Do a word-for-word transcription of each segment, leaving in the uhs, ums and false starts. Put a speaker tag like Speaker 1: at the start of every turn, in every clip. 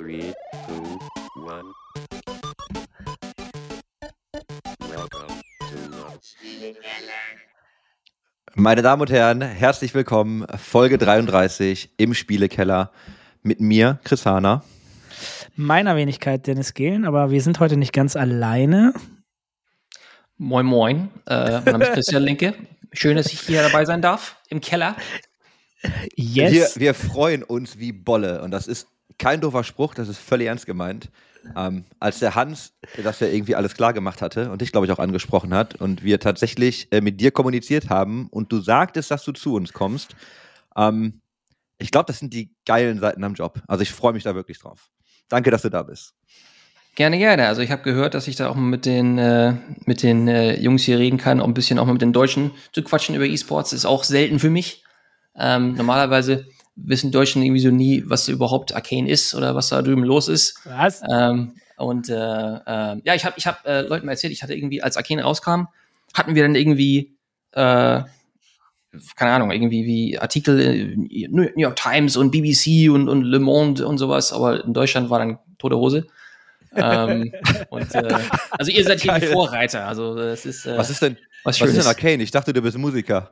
Speaker 1: Three, two, one. Welcome to Spielekeller.
Speaker 2: Meine Damen und Herren, herzlich willkommen, Folge dreiunddreißig im Spielekeller mit mir, Chris Hahner.
Speaker 3: Meiner Wenigkeit Dennis Gehlen, aber wir sind heute nicht ganz alleine.
Speaker 4: Moin Moin, äh, mein Name ist Christian Linke. Schön, dass ich hier dabei sein darf, im Keller.
Speaker 3: Yes.
Speaker 2: Wir, wir freuen uns wie Bolle und das ist kein doofer Spruch, das ist völlig ernst gemeint. Ähm, als der Hans das ja irgendwie alles klar gemacht hatte und dich, glaube ich, auch angesprochen hat und wir tatsächlich äh, mit dir kommuniziert haben und du sagtest, dass du zu uns kommst, ähm, ich glaube, das sind die geilen Seiten am Job. Also ich freue mich da wirklich drauf. Danke, dass du da bist.
Speaker 4: Gerne, gerne. Also ich habe gehört, dass ich da auch mal mit den, äh, mit den äh, Jungs hier reden kann, auch ein bisschen auch mal mit den Deutschen zu quatschen über E-Sports. Ist auch selten für mich. Ähm, normalerweise wissen Deutschen irgendwie so nie, was überhaupt Arcane ist oder was da drüben los ist.
Speaker 3: Was?
Speaker 4: Ähm, und äh, äh, ja, ich habe ich hab, äh, Leuten mal erzählt, ich hatte irgendwie, als Arcane rauskam, hatten wir dann irgendwie äh, keine Ahnung, irgendwie wie Artikel in New York Times und B B C und, und Le Monde und sowas, aber in Deutschland war dann tote Hose. ähm, und, äh, also ihr seid hier die Vorreiter, also das ist äh,
Speaker 2: Was ist denn,
Speaker 4: was
Speaker 2: was ist
Speaker 4: Schönes.
Speaker 2: denn Arcane? Ich dachte, du bist Musiker.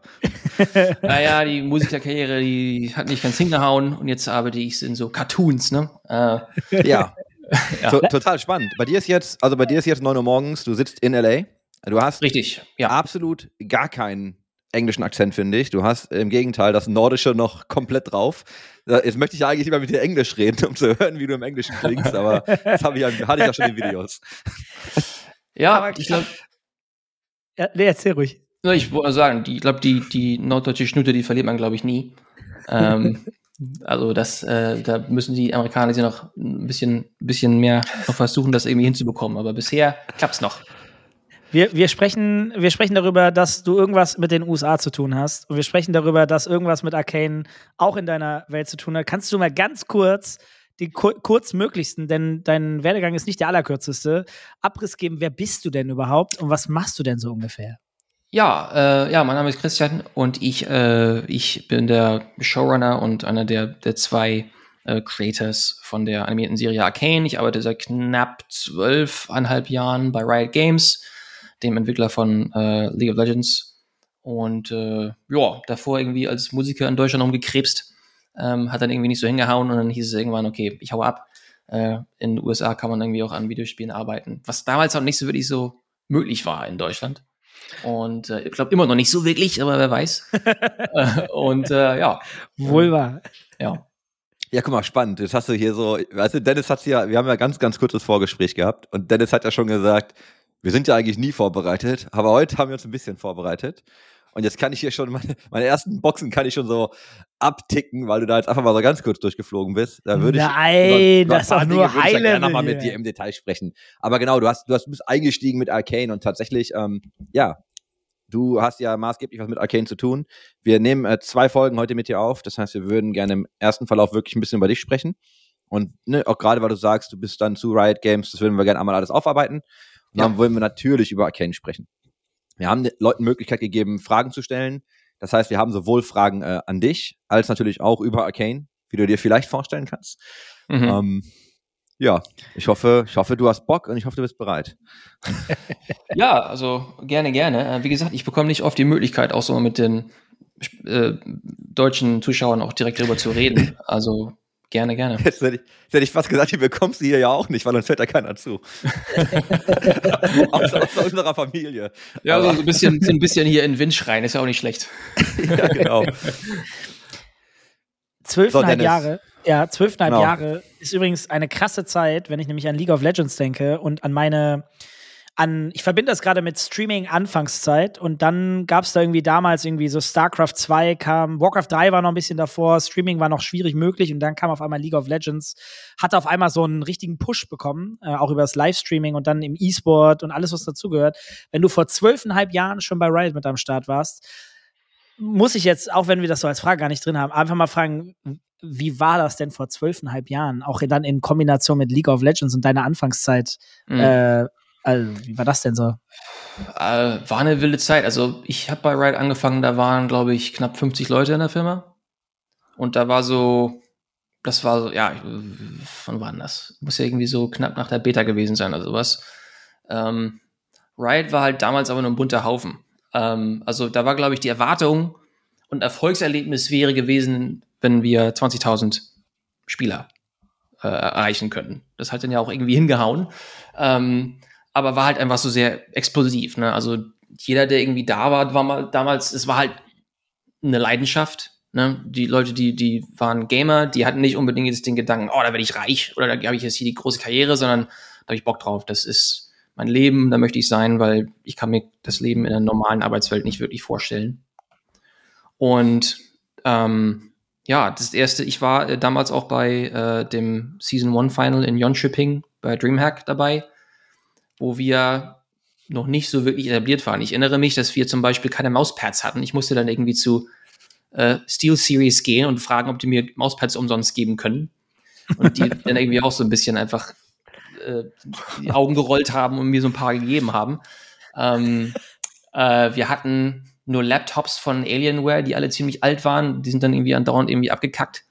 Speaker 4: Naja, die Musikerkarriere, die hat nicht ganz hingehauen und jetzt arbeite ich in so Cartoons, ne? Äh,
Speaker 2: Ja,
Speaker 4: Ja.
Speaker 2: To- total spannend. Bei dir ist jetzt, also bei dir ist jetzt neun Uhr morgens, du sitzt in L A, du hast
Speaker 4: richtig, ja.
Speaker 2: absolut gar keinen englischen Akzent, finde ich. Du hast im Gegenteil das Nordische noch komplett drauf. Äh, Jetzt möchte ich ja eigentlich lieber mit dir Englisch reden, um zu hören, wie du im Englischen klingst, aber das hab ich ja, hatte ich ja schon in Videos.
Speaker 4: Ja,
Speaker 3: Aber
Speaker 4: ich glaube,
Speaker 3: Ja, nee, erzähl ruhig.
Speaker 4: ich wollte sagen, die, ich glaube, die, die norddeutsche Schnute, die verliert man, glaube ich, nie. Ähm, also das, äh, da müssen die Amerikaner sich noch ein bisschen, bisschen mehr noch versuchen, das irgendwie hinzubekommen. Aber bisher klappt's noch.
Speaker 3: Wir, wir, sprechen, wir sprechen darüber, dass du irgendwas mit den U S A zu tun hast. Und wir sprechen darüber, dass irgendwas mit Arcane auch in deiner Welt zu tun hat. Kannst du mal ganz kurz, die kur- kurzmöglichsten, denn dein Werdegang ist nicht der allerkürzeste, Abriss geben, wer bist du denn überhaupt und was machst du denn so ungefähr?
Speaker 4: Ja, äh, ja, mein Name ist Christian und ich, äh, ich bin der Showrunner und einer der, der zwei äh, Creators von der animierten Serie Arcane. Ich arbeite seit knapp zwölfeinhalb Jahren bei Riot Games, dem Entwickler von äh, League of Legends. Und äh, ja, davor irgendwie als Musiker in Deutschland rumgekrebst, ähm, hat dann irgendwie nicht so hingehauen und dann hieß es irgendwann, okay, ich hau ab. Äh, in den U S A kann man irgendwie auch an Videospielen arbeiten, was damals auch nicht so wirklich so möglich war in Deutschland. Und äh, ich glaube immer noch nicht so wirklich, aber wer weiß. äh, und äh, ja.
Speaker 3: Wohl wahr.
Speaker 4: Ja.
Speaker 2: Ja, guck mal, spannend. Jetzt hast du hier so, weißt du, Dennis hat's ja, wir haben ja ganz, ganz kurzes Vorgespräch gehabt und Dennis hat ja schon gesagt, wir sind ja eigentlich nie vorbereitet, aber heute haben wir uns ein bisschen vorbereitet. Und jetzt kann ich hier schon, meine, meine ersten Boxen kann ich schon so abticken, weil du da jetzt einfach mal so ganz kurz durchgeflogen bist. Da würde ich
Speaker 3: Nein,
Speaker 2: über, über
Speaker 3: das ist auch
Speaker 2: ein paar
Speaker 3: nur
Speaker 2: Dinge würde ich ja gerne
Speaker 3: High-Level
Speaker 2: noch mal mit
Speaker 3: hier.
Speaker 2: dir im Detail sprechen. Aber genau, du hast, du hast, du bist eingestiegen mit Arcane und tatsächlich, ähm, ja, du hast ja maßgeblich was mit Arcane zu tun. Wir nehmen äh, zwei Folgen heute mit dir auf. Das heißt, wir würden gerne im ersten Verlauf wirklich ein bisschen über dich sprechen. Und ne, auch gerade, weil du sagst, du bist dann zu Riot Games, das würden wir gerne einmal alles aufarbeiten. Und dann
Speaker 4: Ja.
Speaker 2: wollen wir natürlich über Arcane sprechen. Wir haben den Leuten Möglichkeit gegeben, Fragen zu stellen. Das heißt, wir haben sowohl Fragen äh, an dich, als natürlich auch über Arcane, wie du dir vielleicht vorstellen kannst.
Speaker 4: Mhm.
Speaker 2: Ähm, ja, ich hoffe, ich hoffe, du hast Bock und ich hoffe, du bist bereit.
Speaker 4: Ja, also gerne, gerne. Äh, wie gesagt, ich bekomme nicht oft die Möglichkeit, auch so mit den äh, deutschen Zuschauern auch direkt darüber zu reden. Also gerne, gerne.
Speaker 2: Jetzt hätte ich, jetzt hätte ich fast gesagt, die bekommst du hier ja auch nicht, weil uns hört ja keiner zu. außer, außer unserer Familie.
Speaker 4: Ja,
Speaker 2: Aber-
Speaker 4: also so ein bisschen, so ein bisschen hier in den Wind schreien, ist ja auch nicht schlecht.
Speaker 2: ja, genau.
Speaker 3: Zwölfeinhalb
Speaker 2: So, Dennis.
Speaker 3: Jahre. Ja, zwölfeinhalb
Speaker 2: Genau.
Speaker 3: Jahre ist übrigens eine krasse Zeit, wenn ich nämlich an League of Legends denke und an meine, an, ich verbinde das gerade mit Streaming-Anfangszeit und dann gab es da irgendwie damals irgendwie so StarCraft zwei kam, Warcraft drei war noch ein bisschen davor, Streaming war noch schwierig möglich und dann kam auf einmal League of Legends, hatte auf einmal so einen richtigen Push bekommen, äh, auch über das Livestreaming und dann im E-Sport und alles, was dazugehört. Wenn du vor zwölfeinhalb Jahren schon bei Riot mit am Start warst, muss ich jetzt, auch wenn wir das so als Frage gar nicht drin haben, einfach mal fragen, wie war das denn vor zwölfeinhalb Jahren? Auch dann in Kombination mit League of Legends und deiner Anfangszeit.
Speaker 4: Mhm.
Speaker 3: Äh, also, wie war das denn so?
Speaker 4: Äh, war eine wilde Zeit. Also ich habe bei Riot angefangen, da waren, glaube ich, knapp fünfzig Leute in der Firma. Und da war so das war so, ja, wann war denn das? Muss ja irgendwie so knapp nach der Beta gewesen sein oder sowas. Ähm, Riot war halt damals aber nur ein bunter Haufen. Ähm, also da war, glaube ich, die Erwartung und Erfolgserlebnis wäre gewesen, wenn wir zwanzigtausend Spieler äh, erreichen könnten. Das hat dann ja auch irgendwie hingehauen. Ähm, aber war halt einfach so sehr explosiv. Ne? Also jeder, der irgendwie da war, war mal damals, es war halt eine Leidenschaft. Ne? Die Leute, die, die waren Gamer, die hatten nicht unbedingt jetzt den Gedanken, oh, da werde ich reich oder da habe ich jetzt hier die große Karriere, sondern da habe ich Bock drauf. Das ist mein Leben, da möchte ich sein, weil ich kann mir das Leben in der normalen Arbeitswelt nicht wirklich vorstellen. Und ähm, ja, das erste, ich war äh, damals auch bei äh, dem Season One Final in Jönköping bei Dreamhack dabei, wo wir noch nicht so wirklich etabliert waren. Ich erinnere mich, dass wir zum Beispiel keine Mauspads hatten. Ich musste dann irgendwie zu äh, SteelSeries gehen und fragen, ob die mir Mauspads umsonst geben können. Und die dann irgendwie auch so ein bisschen einfach äh, die Augen gerollt haben und mir so ein paar gegeben haben. Ähm, äh, wir hatten nur Laptops von Alienware, die alle ziemlich alt waren. Die sind dann irgendwie andauernd irgendwie abgekackt.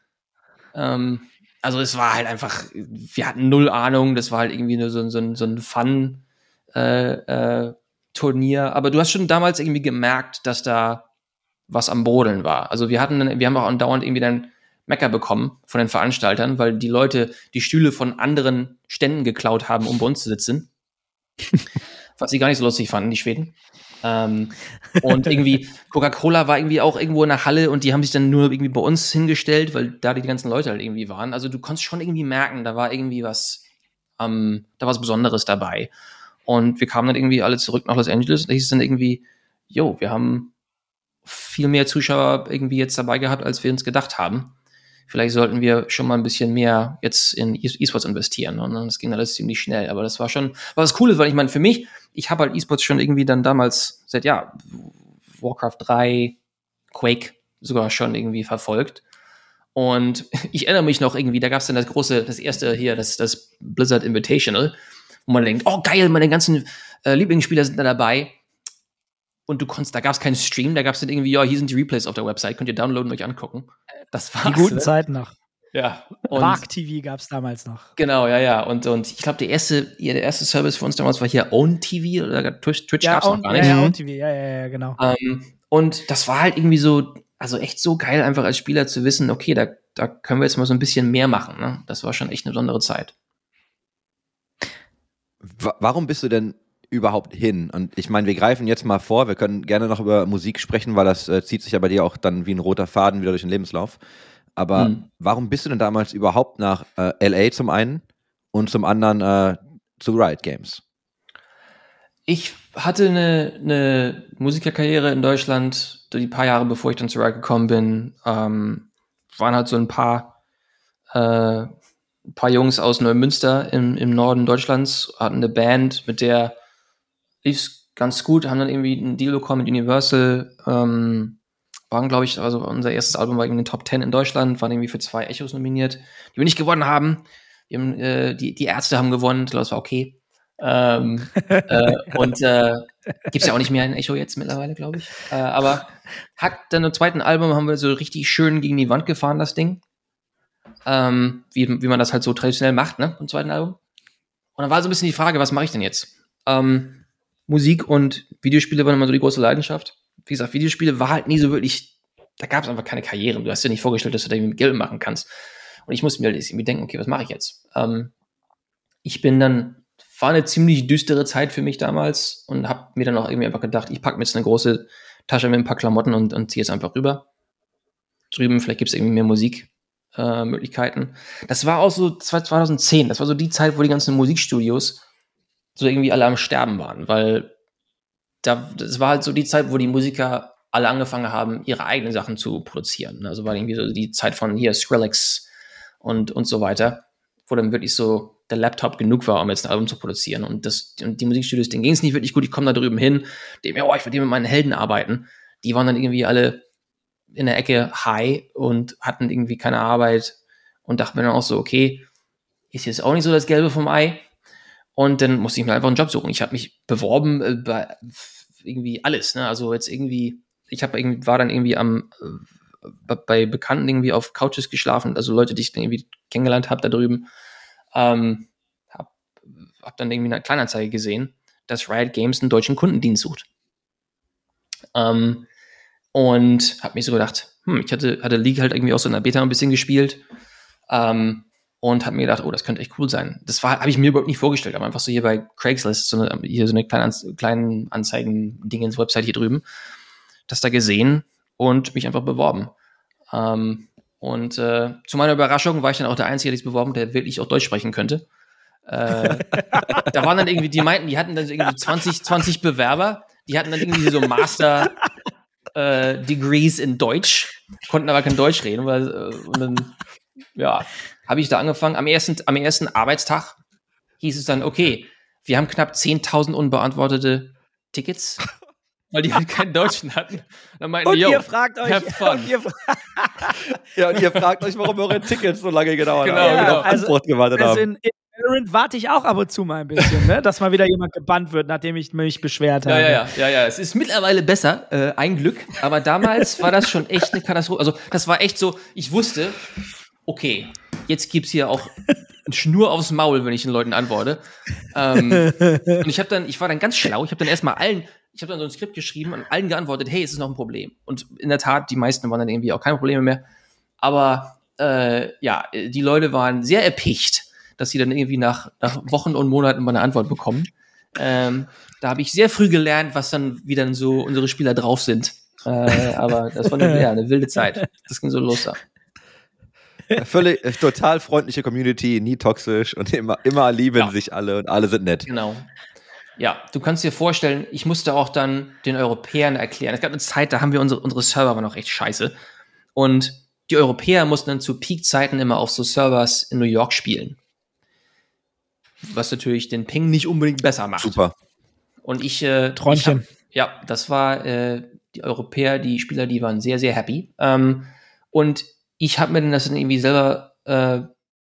Speaker 4: Ähm, also es war halt einfach, wir hatten null Ahnung. Das war halt irgendwie nur so, so, so ein Fun- Äh, äh, Turnier, aber du hast schon damals irgendwie gemerkt, dass da was am Brodeln war. Also wir hatten, dann, wir haben auch andauernd irgendwie dann Mecker bekommen von den Veranstaltern, weil die Leute die Stühle von anderen Ständen geklaut haben, um bei uns zu sitzen. Was sie gar nicht so lustig fanden, die Schweden. Ähm, und irgendwie Coca-Cola war irgendwie auch irgendwo in der Halle und die haben sich dann nur irgendwie bei uns hingestellt, weil da die ganzen Leute halt irgendwie waren. Also du konntest schon irgendwie merken, da war irgendwie was, ähm, da war was Besonderes dabei. Und wir kamen dann irgendwie alle zurück nach Los Angeles. Da hieß es dann irgendwie, jo, wir haben viel mehr Zuschauer irgendwie jetzt dabei gehabt, als wir uns gedacht haben. Vielleicht sollten wir schon mal ein bisschen mehr jetzt in E- E-Sports investieren. Und das ging alles ziemlich schnell. Aber das war schon, was Cooles, weil ich meine, für mich, ich habe halt E-Sports schon irgendwie dann damals seit, ja, Warcraft drei, Quake sogar schon irgendwie verfolgt. Und ich erinnere mich noch irgendwie, da gab es dann das große, das erste hier, das, das Blizzard Invitational, wo man denkt, oh geil, meine ganzen äh, Lieblingsspieler sind da dabei. Und du konntest, da gab es keinen Stream, da gab es dann irgendwie, ja, hier sind die Replays auf der Website, könnt ihr downloaden und euch angucken. Das war's.
Speaker 3: Die guten
Speaker 4: ne?
Speaker 3: Zeiten noch.
Speaker 4: Ja.
Speaker 3: Quark-T V gab es damals noch.
Speaker 4: Genau, ja, ja. Und, und ich glaube, der erste, ja, der erste Service für uns damals war hier Own-T V oder Twitch, Twitch
Speaker 3: Ja,
Speaker 4: gab's noch
Speaker 3: Own-
Speaker 4: gar
Speaker 3: ja,
Speaker 4: nicht.
Speaker 3: ja, Own-T V, ja, ja, ja, genau.
Speaker 4: Ähm, und das war halt irgendwie so, also echt so geil, einfach als Spieler zu wissen, okay, da, da können wir jetzt mal so ein bisschen mehr machen. Ne? Das war schon echt eine besondere Zeit.
Speaker 2: Wa- Warum bist du denn überhaupt hin? Und ich meine, wir greifen jetzt mal vor, wir können gerne noch über Musik sprechen, weil das äh, zieht sich ja bei dir auch dann wie ein roter Faden wieder durch den Lebenslauf. Aber
Speaker 4: Hm.
Speaker 2: warum bist du denn damals überhaupt nach äh, L A zum einen und zum anderen äh, zu Riot Games?
Speaker 4: Ich hatte eine, eine Musikerkarriere in Deutschland, die paar Jahre bevor ich dann zu Riot gekommen bin, ähm, waren halt so ein paar, äh, ein paar Jungs aus Neumünster im, im Norden Deutschlands, hatten eine Band, mit der lief's ganz gut, haben dann irgendwie einen Deal bekommen mit Universal, ähm, waren, glaube ich, also unser erstes Album war irgendwie in den Top Ten in Deutschland, waren irgendwie für zwei Echos nominiert, die wir nicht gewonnen haben. Wir haben äh, die, die Ärzte haben gewonnen, ich glaube, das war okay. Ähm, äh, und äh, gibt's ja auch nicht mehr ein Echo jetzt mittlerweile, glaube ich. Äh, aber hat dann im zweiten Album haben wir so richtig schön gegen die Wand gefahren, das Ding. Ähm, wie, wie man das halt so traditionell macht, ne, im zweiten Album. Und dann war so ein bisschen die Frage, was mache ich denn jetzt? Ähm, Musik und Videospiele waren immer so die große Leidenschaft. Wie gesagt, Videospiele war halt nie so wirklich, da gab es einfach keine Karriere. Du hast dir nicht vorgestellt, dass du da irgendwie Geld machen kannst. Und ich musste mir halt irgendwie denken, okay, was mache ich jetzt? Ähm, ich bin dann, war eine ziemlich düstere Zeit für mich damals und habe mir dann auch irgendwie einfach gedacht, ich packe mir jetzt eine große Tasche mit ein paar Klamotten und, und ziehe jetzt einfach rüber. Drüben, vielleicht gibt es irgendwie mehr Musikmöglichkeiten. Äh, das war auch so zwanzig zehn, das war so die Zeit, wo die ganzen Musikstudios so irgendwie alle am Sterben waren, weil da, das war halt so die Zeit, wo die Musiker alle angefangen haben, ihre eigenen Sachen zu produzieren. Also war irgendwie so die Zeit von hier Skrillex und, und so weiter, wo dann wirklich so der Laptop genug war, um jetzt ein Album zu produzieren. Und, das, und die Musikstudios, denen ging es nicht wirklich gut. Ich komme da drüben hin, dem, ja, oh, ich will hier mit meinen Helden arbeiten. Die waren dann irgendwie alle in der Ecke high und hatten irgendwie keine Arbeit und dachten mir dann auch so, okay, ist jetzt auch nicht so das Gelbe vom Ei. Und dann musste ich mir einfach einen Job suchen. Ich habe mich beworben äh, bei irgendwie alles. Ne? Also jetzt irgendwie, ich habe irgendwie war dann irgendwie am b- bei Bekannten irgendwie auf Couches geschlafen, also Leute, die ich dann irgendwie kennengelernt habe da drüben. Ähm, hab, hab dann irgendwie eine Kleinanzeige gesehen, dass Riot Games einen deutschen Kundendienst sucht. Ähm, und hab mir so gedacht, hm, ich hatte, hatte League halt irgendwie auch so in der Beta ein bisschen gespielt. Ähm, und hab mir gedacht, oh, das könnte echt cool sein. Das war, habe ich mir überhaupt nicht vorgestellt, aber einfach so hier bei Craigslist, so eine, hier so eine kleine Anz- kleinen Anzeigen-Dingens-Website hier drüben, das da gesehen und mich einfach beworben. Ähm, und äh, zu meiner Überraschung war ich dann auch der Einzige, der sich beworben, der wirklich auch Deutsch sprechen könnte. Äh, da waren dann irgendwie, die meinten, die hatten dann so irgendwie zwanzig, zwanzig Bewerber, die hatten dann irgendwie so Master äh, Degrees in Deutsch, konnten aber kein Deutsch reden, weil, äh, und dann, ja, habe ich da angefangen. Am ersten, am ersten Arbeitstag hieß es dann, okay, wir haben knapp zehntausend unbeantwortete Tickets, weil die halt keinen Deutschen hatten. Dann meinten
Speaker 3: Und
Speaker 4: die, yo,
Speaker 3: ihr fragt euch,
Speaker 4: have fun.
Speaker 3: und ihr,
Speaker 2: Ja, und ihr fragt euch, warum eure Tickets so lange gedauert
Speaker 4: Genau,
Speaker 2: haben,
Speaker 4: genau.
Speaker 2: auf Antwort gewartet
Speaker 3: also
Speaker 2: haben.
Speaker 3: in, in Valorant warte ich auch ab und zu mal ein bisschen, ne? Dass mal wieder jemand gebannt wird, nachdem ich mich beschwert
Speaker 4: Ja,
Speaker 3: habe.
Speaker 4: ja, ja, ja, ja. Es ist mittlerweile besser, äh, ein Glück. Aber damals war das schon echt eine Katastrophe. Also, das war echt so, ich wusste, okay, jetzt gibt's hier auch eine Schnur aufs Maul, wenn ich den Leuten antworte. Ähm, und ich habe dann, ich war dann ganz schlau, ich habe dann erstmal allen, ich habe dann so ein Skript geschrieben und allen geantwortet, hey, es ist noch ein Problem. Und in der Tat, die meisten waren dann irgendwie auch keine Probleme mehr. Aber äh, ja, die Leute waren sehr erpicht, dass sie dann irgendwie nach, nach Wochen und Monaten mal eine Antwort bekommen. Ähm, da habe ich sehr früh gelernt, was dann, wie dann so unsere Spieler drauf sind. Äh, aber das war eine, ja, eine wilde Zeit. Das ging so los da.
Speaker 2: Völlig, äh, total freundliche Community, nie toxisch und immer, immer lieben
Speaker 4: Ja.
Speaker 2: sich alle und alle sind nett.
Speaker 4: Genau. Ja, du kannst dir vorstellen, ich musste auch dann den Europäern erklären. Es gab eine Zeit, da haben wir unsere, unsere Server waren noch echt scheiße. Und die Europäer mussten dann zu Peak-Zeiten immer auf so Servers in New York spielen. Was natürlich den Ping nicht unbedingt besser macht.
Speaker 2: Super.
Speaker 4: Und ich, äh,
Speaker 3: Träumchen.
Speaker 4: Ich hab, ja, das war äh, die Europäer, die Spieler, die waren sehr, sehr happy. Ähm, und ich habe mir dann das dann irgendwie selber äh,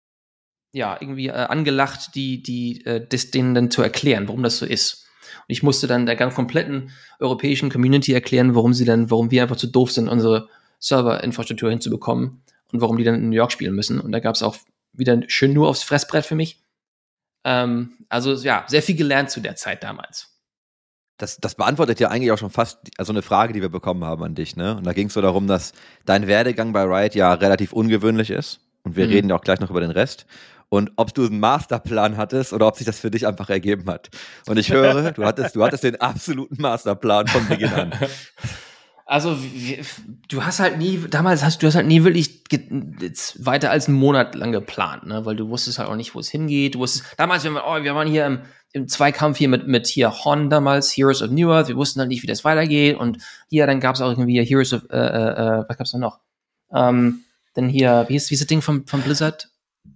Speaker 4: ja, irgendwie äh, angelacht, die, die, äh, das denen dann zu erklären, warum das so ist. Und ich musste dann der ganz kompletten europäischen Community erklären, warum sie dann, warum wir einfach zu doof sind, unsere Serverinfrastruktur hinzubekommen und warum die dann in New York spielen müssen. Und da gab es auch wieder schön nur aufs Fressbrett für mich. Ähm, also ja, sehr viel gelernt zu der Zeit damals.
Speaker 2: Das, das beantwortet ja eigentlich auch schon fast also eine Frage, die wir bekommen haben an dich, ne? Und da ging es so darum, dass dein Werdegang bei Riot ja relativ ungewöhnlich ist. Und wir
Speaker 4: Mhm.
Speaker 2: reden ja auch gleich noch über den Rest. Und ob du einen Masterplan hattest oder ob sich das für dich einfach ergeben hat. Und ich höre, du hattest, du hattest den absoluten Masterplan von Beginn an.
Speaker 4: Also wie, du hast halt nie, damals hast du hast halt nie wirklich ge- jetzt weiter als einen Monat lang geplant, ne? Weil du wusstest halt auch nicht, wo es hingeht. Du wusstest, damals, wenn wir, oh, wir waren hier im, im Zweikampf hier mit, mit hier Hon damals, Heroes of New Earth, wir wussten halt nicht, wie das weitergeht. Und hier, dann gab es auch irgendwie Heroes of, äh, äh, was gab's da noch? Ähm, dann hier, wie ist, wie ist das Ding von, von Blizzard?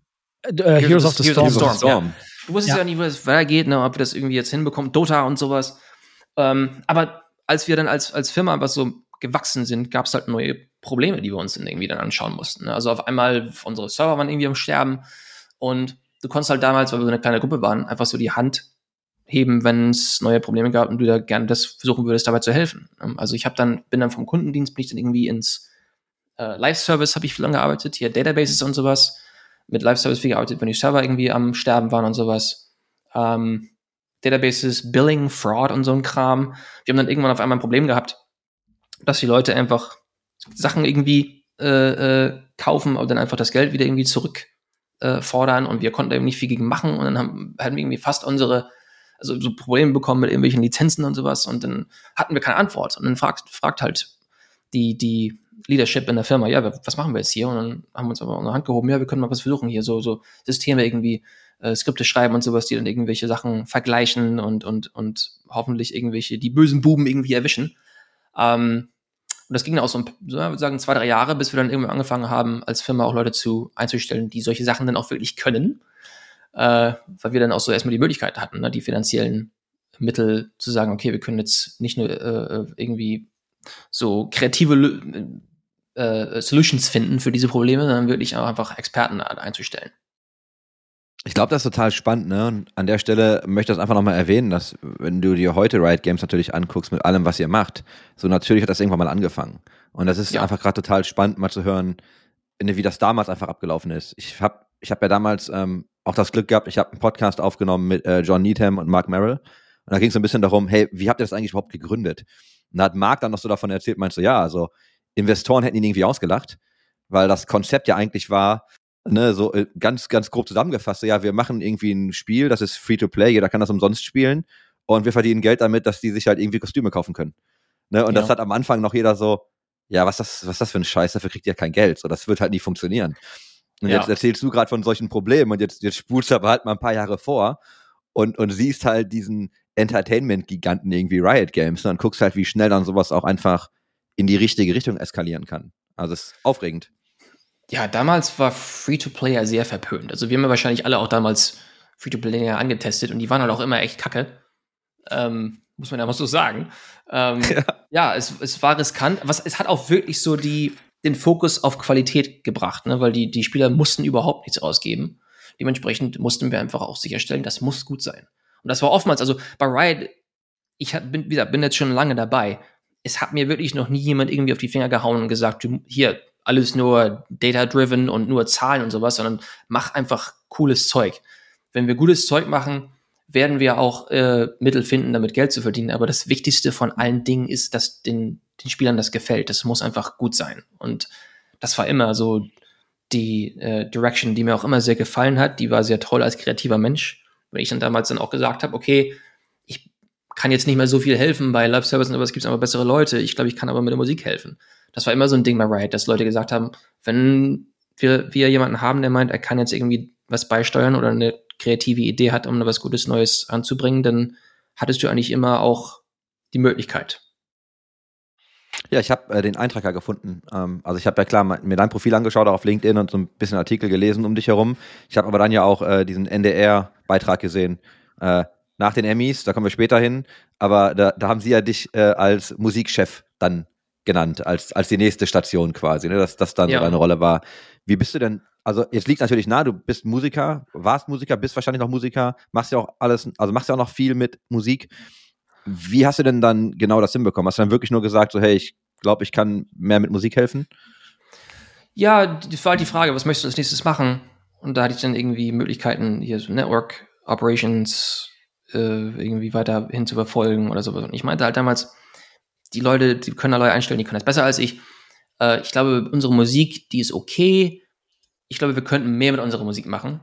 Speaker 3: Äh, Heroes of the
Speaker 4: Heroes
Speaker 3: Storm.
Speaker 4: of the Storm.
Speaker 2: Storm.
Speaker 4: Ja. Du wusstest
Speaker 3: Ja.
Speaker 4: ja nicht, wo das weitergeht, ne, ob wir das irgendwie jetzt hinbekommen, Dota und sowas. Ähm, aber als wir dann als, als Firma einfach so gewachsen sind, gab es halt neue Probleme, die wir uns dann irgendwie dann anschauen mussten. Ne? Also auf einmal, unsere Server waren irgendwie am Sterben und du konntest halt damals, weil wir so eine kleine Gruppe waren, einfach so die Hand heben, wenn es neue Probleme gab und du da gerne das versuchen würdest, dabei zu helfen. Also ich habe dann, bin dann vom Kundendienst, bin ich dann irgendwie ins äh, Live-Service, habe ich viel lang gearbeitet, hier Databases und sowas, mit Live-Service viel gearbeitet, wenn die Server irgendwie am Sterben waren und sowas. Ähm, Databases, Billing, Fraud und so ein Kram. Wir haben dann irgendwann auf einmal ein Problem gehabt, dass die Leute einfach Sachen irgendwie äh, äh, kaufen und dann einfach das Geld wieder irgendwie zurück äh, fordern und wir konnten da eben nicht viel gegen machen und dann haben, hatten wir irgendwie fast unsere, also so Probleme bekommen mit irgendwelchen Lizenzen und sowas und dann hatten wir keine Antwort und dann fragt, fragt halt die, die Leadership in der Firma, ja, was machen wir jetzt hier? Und dann haben wir uns aber unsere Hand gehoben, ja, wir können mal was versuchen hier, so, so Systeme irgendwie, äh, Skripte schreiben und sowas, die dann irgendwelche Sachen vergleichen und, und, und hoffentlich irgendwelche, die bösen Buben irgendwie erwischen. Ähm, und das ging dann auch so, so ich würde sagen, zwei, drei Jahre, bis wir dann irgendwann angefangen haben, als Firma auch Leute zu einzustellen, die solche Sachen dann auch wirklich können. Äh, weil wir dann auch so erstmal die Möglichkeit hatten, ne, die finanziellen Mittel zu sagen, okay, wir können jetzt nicht nur äh, irgendwie so kreative äh, Solutions finden für diese Probleme, sondern wirklich auch einfach Experten einzustellen.
Speaker 2: Ich glaube, das ist total spannend, ne? Und an der Stelle möchte ich das einfach nochmal erwähnen, dass, wenn du dir heute Riot Games natürlich anguckst mit allem, was ihr macht, so natürlich hat das irgendwann mal angefangen. Und das ist
Speaker 4: Ja.
Speaker 2: einfach gerade total spannend, mal zu hören, wie das damals einfach abgelaufen ist. Ich habe ich hab ja damals ähm, auch das Glück gehabt, ich habe einen Podcast aufgenommen mit äh, John Needham und Mark Merrill. Und da ging es so ein bisschen darum, hey, wie habt ihr das eigentlich überhaupt gegründet? Und da hat Mark dann noch so davon erzählt, meinst du, ja, also Investoren hätten ihn irgendwie ausgelacht, weil das Konzept ja eigentlich war, ne, so äh, ganz, ganz grob zusammengefasst, so, ja, wir machen irgendwie ein Spiel, das ist Free-to-Play, jeder kann das umsonst spielen und wir verdienen Geld damit, dass die sich halt irgendwie Kostüme kaufen können. Ne? Und
Speaker 4: Ja.
Speaker 2: das hat am Anfang noch jeder so, ja, was das, was das für ein Scheiß, dafür kriegt ihr kein Geld, so, das wird halt nie funktionieren. Und
Speaker 4: Ja.
Speaker 2: jetzt erzählst du gerade von solchen Problemen und jetzt, jetzt spulst du aber halt mal ein paar Jahre vor und, und siehst halt diesen Entertainment-Giganten irgendwie Riot Games, ne, und guckst halt, wie schnell dann sowas auch einfach in die richtige Richtung eskalieren kann. Also es ist aufregend.
Speaker 4: Ja, damals war Free-to-Play ja sehr verpönt. Also wir haben ja wahrscheinlich alle auch damals Free-to-Play ja angetestet und die waren halt auch immer echt kacke. Ähm, muss man ja mal so sagen. Ähm, ja, ja es, es war riskant, aber es, es hat auch wirklich so die, den Fokus auf Qualität gebracht, ne? Weil die, die Spieler mussten überhaupt nichts ausgeben. Dementsprechend mussten wir einfach auch sicherstellen, das muss gut sein. Und das war oftmals, also bei Riot, ich hab, bin, wie gesagt, bin jetzt schon lange dabei. Es hat mir wirklich noch nie jemand irgendwie auf die Finger gehauen und gesagt, du, hier, alles nur data-driven und nur Zahlen und sowas, sondern mach einfach cooles Zeug. Wenn wir gutes Zeug machen, werden wir auch äh, Mittel finden, damit Geld zu verdienen. Aber das Wichtigste von allen Dingen ist, dass den, den Spielern das gefällt. Das muss einfach gut sein. Und das war immer so die äh, Direction, die mir auch immer sehr gefallen hat. Die war sehr toll als kreativer Mensch. Wenn ich dann damals dann auch gesagt habe, okay, ich kann jetzt nicht mehr so viel helfen bei Live-Service, aber es gibt aber bessere Leute. Ich glaube, ich kann aber mit der Musik helfen. Das war immer so ein Ding bei Riot, dass Leute gesagt haben, wenn wir, wir jemanden haben, der meint, er kann jetzt irgendwie was beisteuern oder eine kreative Idee hat, um was Gutes Neues anzubringen, dann hattest du eigentlich immer auch die Möglichkeit.
Speaker 2: Ja, ich habe äh, den Eintrag ja gefunden. Ähm, also ich habe ja klar mir dein Profil angeschaut, auch auf LinkedIn und so ein bisschen Artikel gelesen um dich herum. Ich habe aber dann ja auch äh, diesen N D R-Beitrag gesehen. Äh, nach den Emmys, da kommen wir später hin. Aber da, da haben sie ja dich äh, als Musikchef dann genannt, als, als die nächste Station quasi, ne? dass das dann
Speaker 4: Ja.
Speaker 2: so deine Rolle war. Wie bist du denn, also jetzt liegt natürlich nahe, du bist Musiker, warst Musiker, bist wahrscheinlich noch Musiker, machst ja auch alles, also machst ja auch noch viel mit Musik. Wie hast du denn dann genau das hinbekommen? Hast du dann wirklich nur gesagt, so hey, ich glaube, ich kann mehr mit Musik helfen?
Speaker 4: Ja, das war halt die Frage, was möchtest du als nächstes machen? Und da hatte ich dann irgendwie Möglichkeiten, hier so Network Operations äh, irgendwie weiterhin zu verfolgen oder sowas. Und ich meinte halt damals, die Leute, die können da Leute einstellen, die können das besser als ich. Äh, ich glaube, unsere Musik, die ist okay. Ich glaube, wir könnten mehr mit unserer Musik machen.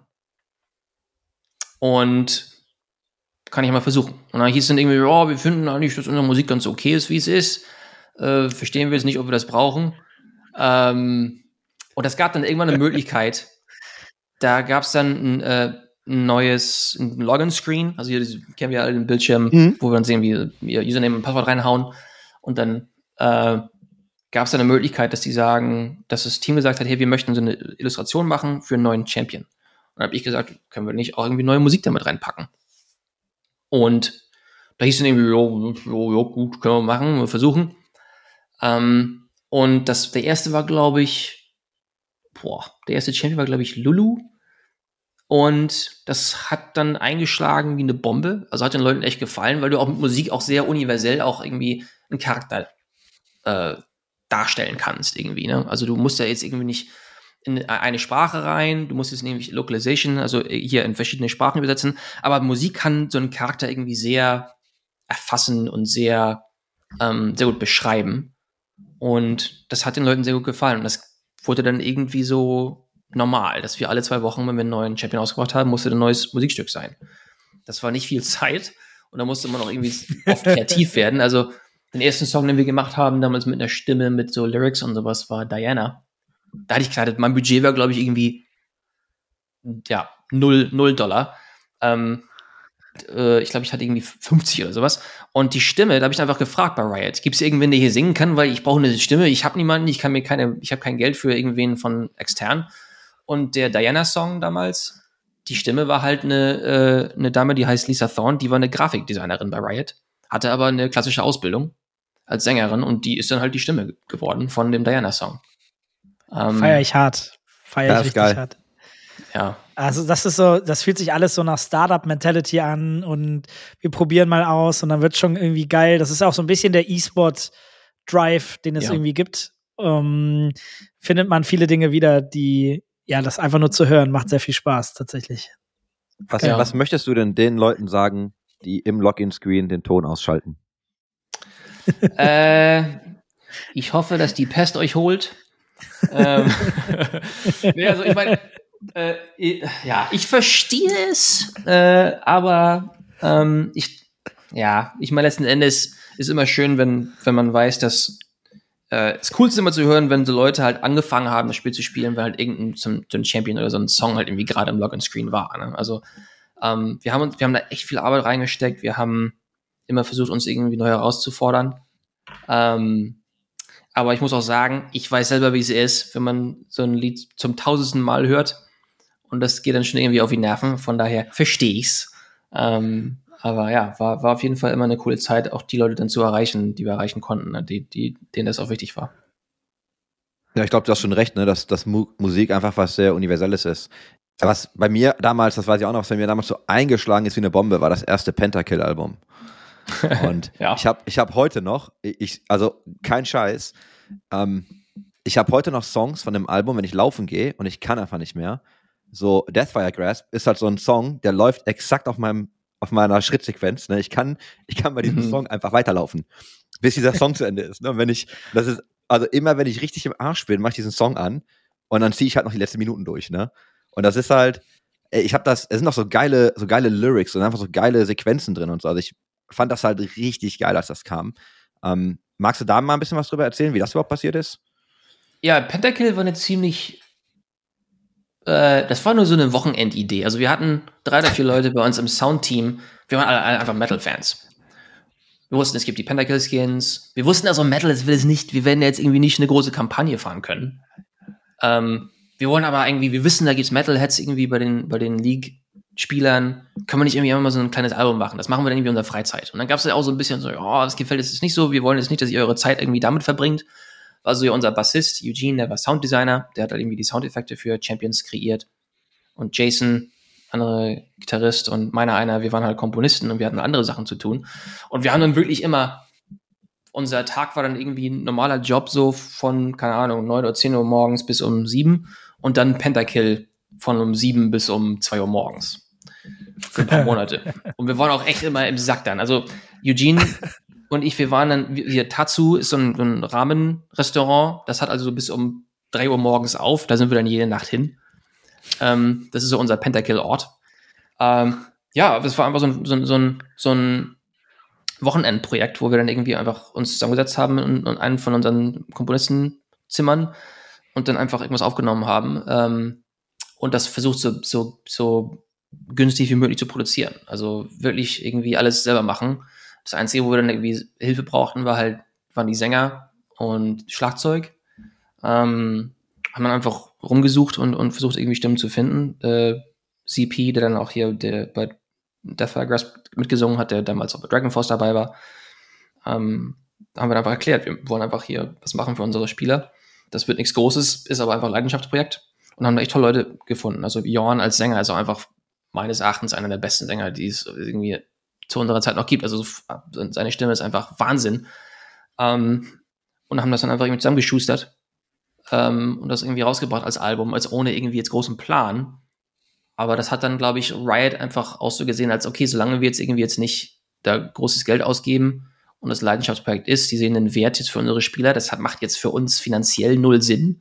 Speaker 4: Und kann ich mal versuchen. Und dann hieß es dann irgendwie, ja, wir finden eigentlich, dass unsere Musik ganz okay ist, wie es ist. Äh, verstehen wir jetzt nicht, ob wir das brauchen. Ähm, und es gab dann irgendwann eine Möglichkeit, da gab es dann ein, äh, ein neues ein Login-Screen, also hier das kennen wir alle den Bildschirm,
Speaker 2: Mhm.
Speaker 4: wo wir dann sehen, wie wir Username und Passwort reinhauen. Und dann äh, gab es dann eine Möglichkeit, dass die sagen, dass das Team gesagt hat, hey, wir möchten so eine Illustration machen für einen neuen Champion. Und dann habe ich gesagt, können wir nicht auch irgendwie neue Musik damit reinpacken? Und da hieß es dann irgendwie, jo, jo, jo, gut, können wir machen, wir versuchen. Ähm, und das, der erste war, glaube ich, boah, der erste Champion war, glaube ich, Lulu. Und das hat dann eingeschlagen wie eine Bombe. Also hat den Leuten echt gefallen, weil du auch mit Musik auch sehr universell auch irgendwie einen Charakter äh, darstellen kannst irgendwie, ne? Also du musst ja jetzt irgendwie nicht in eine Sprache rein, du musst jetzt nämlich Localization, also hier in verschiedene Sprachen übersetzen, aber Musik kann so einen Charakter irgendwie sehr erfassen und sehr, ähm, sehr gut beschreiben. Und das hat den Leuten sehr gut gefallen. Und das wurde dann irgendwie so normal, dass wir alle zwei Wochen, wenn wir einen neuen Champion ausgebracht haben, musste ein neues Musikstück sein. Das war nicht viel Zeit und da musste man auch irgendwie oft kreativ werden. Also den ersten Song, den wir gemacht haben, damals mit einer Stimme, mit so Lyrics und sowas, war Diana. Da hatte ich gesagt, mein Budget war, glaube ich, irgendwie ja, null, null Dollar. Ähm, äh, ich glaube, ich hatte irgendwie fünfzig oder sowas. Und die Stimme, da habe ich einfach gefragt bei Riot, gibt es irgendwen, der hier singen kann, weil ich brauche eine Stimme, ich habe niemanden, ich kann mir keine, ich habe kein Geld für irgendwen von extern. Und der Diana-Song damals, die Stimme war halt eine, äh, eine Dame, die heißt Lisa Thorne, die war eine Grafikdesignerin bei Riot, hatte aber eine klassische Ausbildung als Sängerin und die ist dann halt die Stimme geworden von dem Diana-Song. Ähm,
Speaker 3: Feier ich hart. Feier
Speaker 2: Ja,
Speaker 3: ich
Speaker 2: ist
Speaker 3: richtig
Speaker 2: geil.
Speaker 3: hart.
Speaker 4: ja.
Speaker 3: Also das ist so, das fühlt sich alles so nach Startup-Mentality an und wir probieren mal aus und dann wird schon irgendwie geil. Das ist auch so ein bisschen der E-Sport-Drive, den es
Speaker 4: Ja.
Speaker 3: irgendwie gibt. Ähm, findet man viele Dinge wieder, die, ja, das einfach nur zu hören, macht sehr viel Spaß, tatsächlich.
Speaker 2: Was,
Speaker 4: Ja.
Speaker 2: was möchtest du denn den Leuten sagen, die im Login-Screen den Ton ausschalten?
Speaker 4: äh, ich hoffe, dass die Pest euch holt. ähm, nee, also ich meine, äh, ja, ich verstehe es, äh, aber ähm, ich, ja, ich meine, letzten Endes ist immer schön, wenn, wenn man weiß, dass äh, das Coolste immer zu hören, wenn so Leute halt angefangen haben, das Spiel zu spielen, weil halt irgendein so ein Champion oder so ein Song halt irgendwie gerade im Login-Screen war. Ne? Also ähm, wir haben uns, wir haben da echt viel Arbeit reingesteckt. Wir haben immer versucht, uns irgendwie neu herauszufordern. Ähm, aber ich muss auch sagen, ich weiß selber, wie es ist, wenn man so ein Lied zum tausendsten Mal hört und das geht dann schon irgendwie auf die Nerven. Von daher verstehe ich's. Ähm, aber ja, war, war auf jeden Fall immer eine coole Zeit, auch die Leute dann zu erreichen, die wir erreichen konnten, ne? die, die, denen das auch wichtig war.
Speaker 2: Ja, ich glaube, du hast schon recht, ne, dass, dass Mu- Musik einfach was sehr Universelles ist. Was bei mir damals, das weiß ich auch noch, was bei mir damals so eingeschlagen ist wie eine Bombe, war das erste Pentakill-Album. Und
Speaker 4: Ja.
Speaker 2: ich habe ich hab heute noch, ich, also kein Scheiß, ähm, ich habe heute noch Songs von dem Album, wenn ich laufen gehe und ich kann einfach nicht mehr. So Deathfire Grasp ist halt so ein Song, der läuft exakt auf meinem auf meiner Schrittsequenz. Ne? Ich kann ich kann bei diesem
Speaker 4: Mhm.
Speaker 2: Song einfach weiterlaufen, bis dieser Song zu Ende ist. Ne? Und wenn ich, das ist, also immer wenn ich richtig im Arsch bin, mache ich diesen Song an und dann ziehe ich halt noch die letzten Minuten durch. Ne? Und das ist halt, ey, ich habe das, es sind noch so geile, so geile Lyrics und einfach so geile Sequenzen drin und so. Also ich fand das halt richtig geil, als das kam. Ähm, magst du da mal ein bisschen was drüber erzählen, wie das überhaupt passiert ist?
Speaker 4: Ja, Pentakill war eine ziemlich, äh, das war nur so eine Wochenendidee. Also wir hatten drei oder vier Leute bei uns im Soundteam, wir waren alle, alle einfach Metal-Fans. Wir wussten, es gibt die Pentakill-Skins. Wir wussten also, Metal will es nicht, wir werden jetzt irgendwie nicht eine große Kampagne fahren können. Ähm, wir wollen aber irgendwie, wir wissen, da gibt's Metalheads irgendwie bei den, bei den League-Spielern. Können wir nicht irgendwie immer mal so ein kleines Album machen? Das machen wir dann irgendwie in unserer Freizeit. Und dann gab's ja auch so ein bisschen so, oh, das gefällt uns nicht so, wir wollen jetzt nicht, dass ihr eure Zeit irgendwie damit verbringt. Also ja, unser Bassist, Eugene, der war Sounddesigner, der hat halt irgendwie die Soundeffekte für Champions kreiert. Und Jason, andere Gitarrist und meiner einer, wir waren halt Komponisten und wir hatten andere Sachen zu tun. Und wir haben dann wirklich immer, unser Tag war dann irgendwie ein normaler Job so von, keine Ahnung, neun oder zehn Uhr morgens bis um sieben und dann Pentakill von um sieben bis um zwei Uhr morgens. Für ein paar Monate. Und wir waren auch echt immer im Sack dann. Also Eugene und ich, wir waren dann, hier Tatsu ist so ein, so ein Ramen-Restaurant, das hat also bis um drei Uhr morgens auf, da sind wir dann jede Nacht hin. Ähm, das ist so unser Pentakill-Ort. Ähm, ja, das war einfach so ein, so ein, so ein, so ein Wochenendprojekt, wo wir dann irgendwie einfach uns zusammengesetzt haben und, und einen von unseren Komponistenzimmern und dann einfach irgendwas aufgenommen haben ähm, und das versucht so, so, so günstig wie möglich zu produzieren. Also wirklich irgendwie alles selber machen. Das Einzige, wo wir dann irgendwie Hilfe brauchten, war halt, waren die Sänger und Schlagzeug. Ähm, haben dann einfach rumgesucht und, und versucht, irgendwie Stimmen zu finden. Äh, C P, der dann auch hier der, bei Deathfire Grasp mitgesungen hat, der damals auch bei Dragon Force dabei war, ähm, haben wir dann einfach erklärt, wir wollen einfach hier was machen für unsere Spieler. Das wird nichts Großes, ist aber einfach ein Leidenschaftsprojekt und haben da echt tolle Leute gefunden. Also Jorn als Sänger ist auch einfach meines Erachtens einer der besten Sänger, die es irgendwie zu unserer Zeit noch gibt. Also seine Stimme ist einfach Wahnsinn. Ähm, und haben das dann einfach irgendwie zusammengeschustert ähm, und das irgendwie rausgebracht als Album, als ohne irgendwie jetzt großen Plan. Aber das hat dann, glaube ich, Riot einfach auch so gesehen, als okay, solange wir jetzt irgendwie jetzt nicht da großes Geld ausgeben und das Leidenschaftsprojekt ist, die sehen den Wert jetzt für unsere Spieler, das hat, macht jetzt für uns finanziell null Sinn,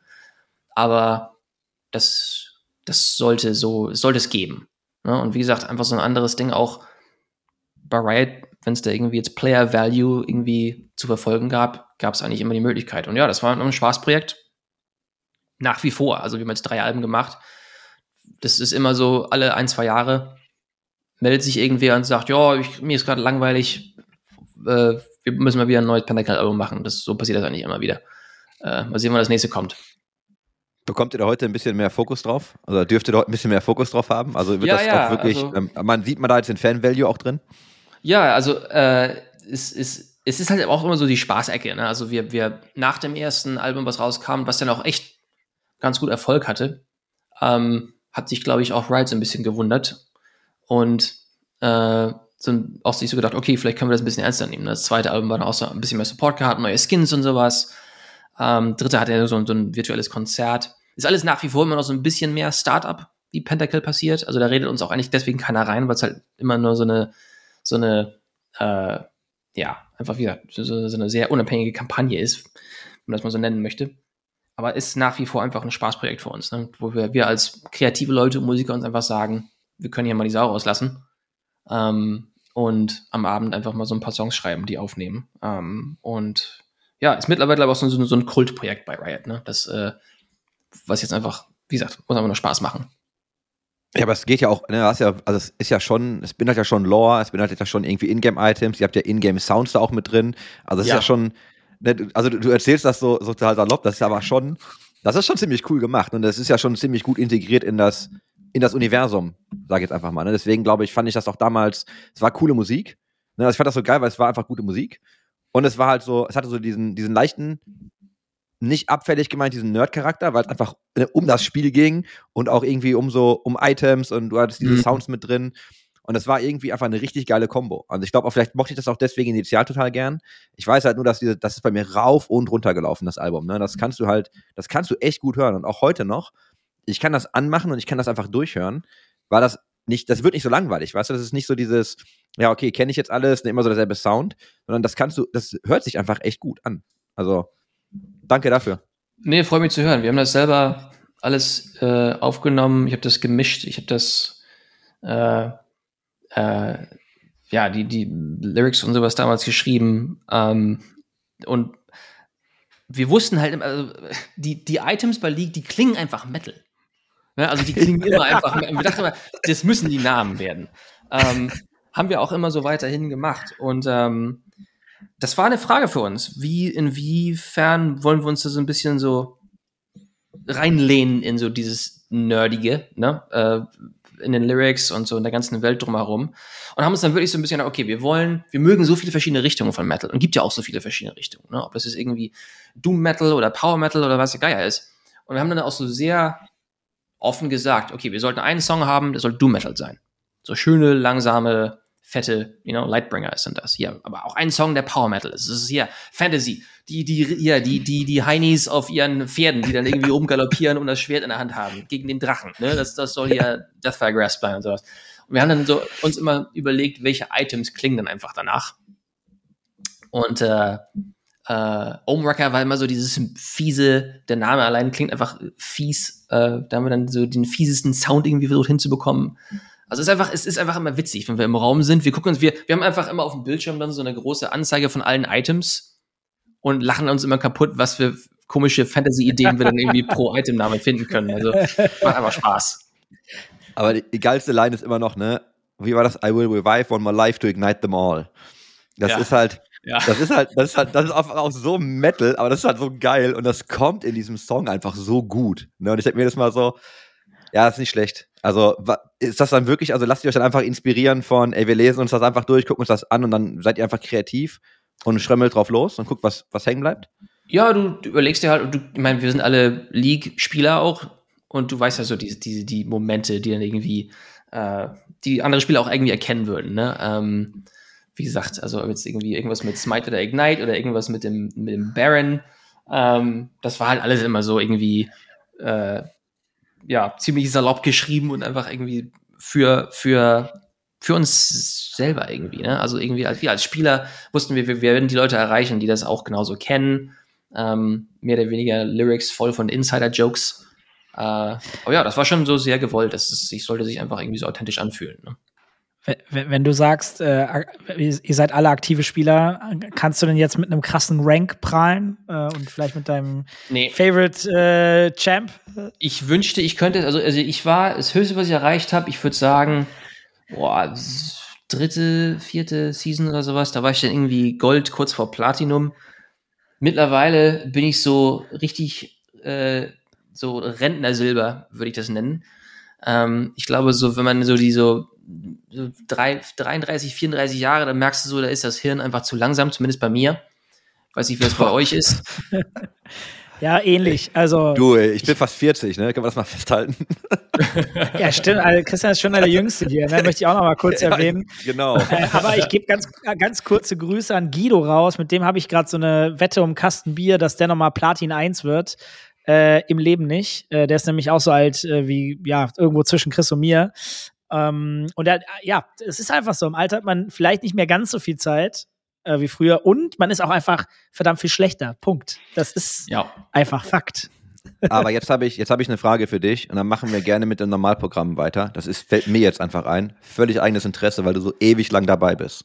Speaker 4: aber das, das sollte so, sollte es geben. Ne? Und wie gesagt, einfach so ein anderes Ding auch bei Riot, wenn es da irgendwie jetzt Player Value irgendwie zu verfolgen gab, gab es eigentlich immer die Möglichkeit. Und ja, das war ein Spaßprojekt. Nach wie vor. Also wir haben jetzt drei Alben gemacht. Das ist immer so, alle ein, zwei Jahre meldet sich irgendwer und sagt, ja, ich, mir ist gerade langweilig, äh, wir müssen mal wieder ein neues Pentakill-Album machen. Das, so passiert das eigentlich immer wieder. Äh, mal sehen, wann das nächste kommt.
Speaker 2: Bekommt ihr da heute ein bisschen mehr Fokus drauf? Also dürft ihr da heute ein bisschen mehr Fokus drauf haben? Also wird
Speaker 4: Ja,
Speaker 2: das
Speaker 4: ja,
Speaker 2: auch wirklich,
Speaker 4: also-
Speaker 2: ähm, man sieht man da jetzt den Fan-Value auch drin?
Speaker 4: Ja, also äh, es, es, es ist halt auch immer so die Spaßecke. Ne? Also wir, wir nach dem ersten Album, was rauskam, was dann auch echt ganz gut Erfolg hatte, ähm, hat sich, glaube ich, auch Riot so ein bisschen gewundert und äh, so auch sich so gedacht, okay, vielleicht können wir das ein bisschen ernster nehmen. Das zweite Album war dann auch so ein bisschen mehr Support gehabt, neue Skins und sowas. Ähm, dritte hatte ja so, so ein virtuelles Konzert. Ist alles nach wie vor immer noch so ein bisschen mehr Startup, wie Pentakill passiert. Also da redet uns auch eigentlich deswegen keiner rein, weil es halt immer nur so eine, so eine, äh, ja, einfach wieder so, so eine sehr unabhängige Kampagne ist, wenn man das mal so nennen möchte. Aber ist nach wie vor einfach ein Spaßprojekt für uns, ne? Wo wir, wir als kreative Leute und Musiker uns einfach sagen, wir können hier mal die Sau rauslassen ähm, und am Abend einfach mal so ein paar Songs schreiben, die aufnehmen. Ähm, und ja, ist mittlerweile aber auch so, so ein Kultprojekt bei Riot, ne? Das, äh, was jetzt einfach, wie gesagt, muss einfach nur Spaß machen.
Speaker 2: Ja, aber es geht ja auch, ne, hast ja, also es ist ja schon, es beinhaltet ja schon Lore, es beinhaltet ja schon irgendwie Ingame-Items, ihr habt ja Ingame-Sounds da auch mit drin. Also es ja. ist ja schon, ne, also du, du erzählst das so, so total salopp, das ist aber schon, das ist schon ziemlich cool gemacht und das ist ja schon ziemlich gut integriert in das, in das Universum, sag ich jetzt einfach mal. Ne? Deswegen glaube ich, fand ich das auch damals, es war coole Musik. Ne? Ich fand das so geil, weil es war einfach gute Musik. Und es war halt so, es hatte so diesen, diesen leichten, nicht abfällig gemeint, diesen Nerd-Charakter, weil es einfach um das Spiel ging und auch irgendwie um so, um Items und du hattest diese mhm. Sounds mit drin. Und es war irgendwie einfach eine richtig geile Kombo. Also ich glaube auch, vielleicht mochte ich das auch deswegen initial total gern. Ich weiß halt nur, dass diese, das ist bei mir rauf und runter gelaufen, das Album. Ne? Das kannst du halt, das kannst du echt gut hören. Und auch heute noch, ich kann das anmachen und ich kann das einfach durchhören, weil das nicht, das wird nicht so langweilig, weißt du? Das ist nicht so dieses, ja, okay, kenne ich jetzt alles, immer so derselbe Sound, sondern das kannst du, das hört sich einfach echt gut an. Also, danke dafür.
Speaker 4: Nee, freut mich zu hören. Wir haben das selber alles äh, aufgenommen, ich habe das gemischt, ich habe das äh, äh, ja, die, die Lyrics und sowas damals geschrieben ähm, und wir wussten halt, also die, die Items bei League, die klingen einfach Metal. Ja, also die klingen immer einfach, wir dachten immer, das müssen die Namen werden. Ähm, haben wir auch immer so weiterhin gemacht. Und ähm, das war eine Frage für uns. Wie, inwiefern wollen wir uns da so ein bisschen so reinlehnen in so dieses Nerdige, ne? Äh, in den Lyrics und so in der ganzen Welt drumherum. Und haben uns dann wirklich so ein bisschen, okay, wir wollen, wir mögen so viele verschiedene Richtungen von Metal. Und gibt ja auch so viele verschiedene Richtungen, ne? Ob das jetzt irgendwie Doom Metal oder Power Metal oder was der Geier ist. Und wir haben dann auch so sehr offen gesagt, okay, wir sollten einen Song haben, der soll Doom Metal sein. So schöne, langsame, fette, you know, Lightbringer sind das. Hier, aber auch ein Song, der Power Metal ist. Das ist hier Fantasy. Die, die, ja, die, die, die Heinis auf ihren Pferden, die dann irgendwie rumgaloppieren und das Schwert in der Hand haben, gegen den Drachen, ne? Das, das soll hier Deathfire Grasp sein und sowas. Und wir haben dann so uns immer überlegt, welche Items klingen dann einfach danach. Und, äh, äh, Omewrecker war immer so dieses fiese, der Name allein klingt einfach fies, äh, da haben wir dann so den fiesesten Sound irgendwie versucht hinzubekommen. Also es ist einfach, es ist einfach immer witzig, wenn wir im Raum sind, wir gucken uns, wir, wir haben einfach immer auf dem Bildschirm dann so eine große Anzeige von allen Items und lachen uns immer kaputt, was für komische Fantasy-Ideen wir dann irgendwie pro Itemname finden können. Also macht einfach Spaß.
Speaker 2: Aber die, die geilste Line ist immer noch, ne, wie war das? I will revive one more life to ignite them all. Das ja. ist halt, Ja. Das ist halt, das ist halt, das ist auch, auch so Metal, aber das ist halt so geil und das kommt in diesem Song einfach so gut. Ne? Und ich denke mir das mal so, ja, das ist nicht schlecht. Also ist das dann wirklich, also lasst ihr euch dann einfach inspirieren von, ey, wir lesen uns das einfach durch, gucken uns das an und dann seid ihr einfach kreativ und schrimmelt drauf los und guckt, was, was hängen bleibt?
Speaker 4: Ja, du, du überlegst dir halt, und du, ich meine, wir sind alle League-Spieler auch und du weißt ja so diese, diese, die Momente, die dann irgendwie, äh, die andere Spieler auch irgendwie erkennen würden, ne? Ähm, Wie gesagt, also jetzt irgendwie irgendwas mit Smite oder Ignite oder irgendwas mit dem, mit dem Baron. Ähm, das war halt alles immer so irgendwie äh, ja, ziemlich salopp geschrieben und einfach irgendwie für, für, für uns selber irgendwie. Ne? Also irgendwie als, wir als Spieler wussten wir, wir werden die Leute erreichen, die das auch genauso kennen. Ähm, mehr oder weniger Lyrics voll von Insider-Jokes. Äh, aber ja, das war schon so sehr gewollt. Das ist, ich sollte sich einfach irgendwie so authentisch anfühlen. Ne?
Speaker 3: Wenn, wenn du sagst, äh, ihr seid alle aktive Spieler, kannst du denn jetzt mit einem krassen Rank prahlen äh, und vielleicht mit deinem nee. Favorite äh, Champ?
Speaker 4: Ich wünschte, ich könnte, also, also ich war, das Höchste, was ich erreicht habe, ich würde sagen, boah, dritte, vierte Season oder sowas, da war ich dann irgendwie Gold, kurz vor Platinum. Mittlerweile bin ich so richtig äh, so Rentnersilber, würde ich das nennen. Ähm, ich glaube, so, wenn man so die so So drei, dreiunddreißig, vierunddreißig Jahre, dann merkst du so, da ist das Hirn einfach zu langsam, zumindest bei mir. Ich weiß nicht, wie das bei euch ist.
Speaker 3: Ja, ähnlich. Also,
Speaker 2: Du, ey, ich bin fast vierzig, ne? Können wir das mal festhalten?
Speaker 3: ja, stimmt. Also Christian ist schon der Jüngste hier, ne? Möchte ich auch noch mal kurz
Speaker 2: Ja,
Speaker 3: erwähnen.
Speaker 2: Genau.
Speaker 3: Äh, aber ich gebe ganz, ganz kurze Grüße an Guido raus. Mit dem habe ich gerade so eine Wette um Kasten Bier, dass der nochmal Platin eins wird. Äh, Im Leben nicht. Äh, der ist nämlich auch so alt äh, wie, ja, irgendwo zwischen Chris und mir. Ähm, und der, ja, es ist einfach so. Im Alter hat man vielleicht nicht mehr ganz so viel Zeit äh, wie früher. Und man ist auch einfach verdammt viel schlechter. Punkt. Das ist
Speaker 4: Ja.
Speaker 3: einfach Fakt.
Speaker 2: Aber jetzt habe ich, jetzt hab ich eine Frage für dich und dann machen wir gerne mit dem Normalprogramm weiter. Das ist, fällt mir jetzt einfach ein. Völlig eigenes Interesse, weil du so ewig lang dabei bist.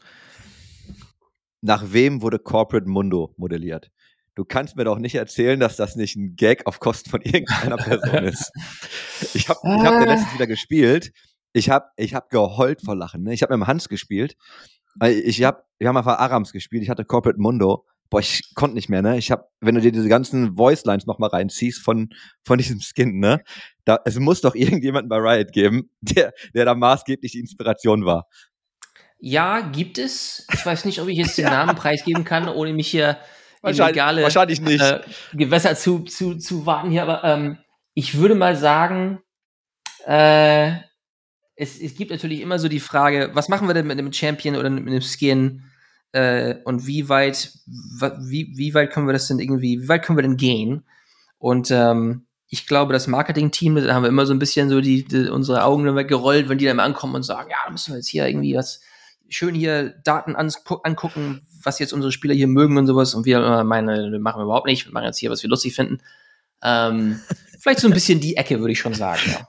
Speaker 2: Nach wem wurde Corporate Mundo modelliert? Du kannst mir doch nicht erzählen, dass das nicht ein Gag auf Kosten von irgendeiner Person ist. Ich habe ich hab den letztens wieder gespielt. Ich habe ich hab geheult vor Lachen. Ne? Ich habe mit dem Hans gespielt. Ich hab, wir haben einfach Arams gespielt. Ich hatte Corporate Mundo. Boah, ich konnte nicht mehr, ne? Ich habe, wenn du dir diese ganzen Voicelines noch mal reinziehst von von diesem Skin, ne? Da, es muss doch irgendjemanden bei Riot geben, der der da maßgeblich die Inspiration war.
Speaker 4: Ja, gibt es. Ich weiß nicht, ob ich jetzt den Namen preisgeben kann, ohne mich hier in
Speaker 2: Wahrscheinlich,
Speaker 4: legale
Speaker 2: wahrscheinlich nicht.
Speaker 4: äh, Gewässer zu, zu, zu warten hier. Aber ähm, ich würde mal sagen, äh, es, es gibt natürlich immer so die Frage, was machen wir denn mit einem Champion oder mit einem Skin? Äh, und wie weit, wa- wie, wie weit können wir das denn irgendwie, wie weit können wir denn gehen? Und ähm, ich glaube, das Marketing-Team, da haben wir immer so ein bisschen so die, die unsere Augen dann weggerollt, wenn die dann mal ankommen und sagen, ja, da müssen wir jetzt hier irgendwie was schön hier Daten anspu- angucken, was jetzt unsere Spieler hier mögen und sowas. Und wir immer meinen, machen wir überhaupt nicht, wir machen jetzt hier, was wir lustig finden. Ähm, vielleicht so ein bisschen die Ecke, würde ich schon sagen, ja.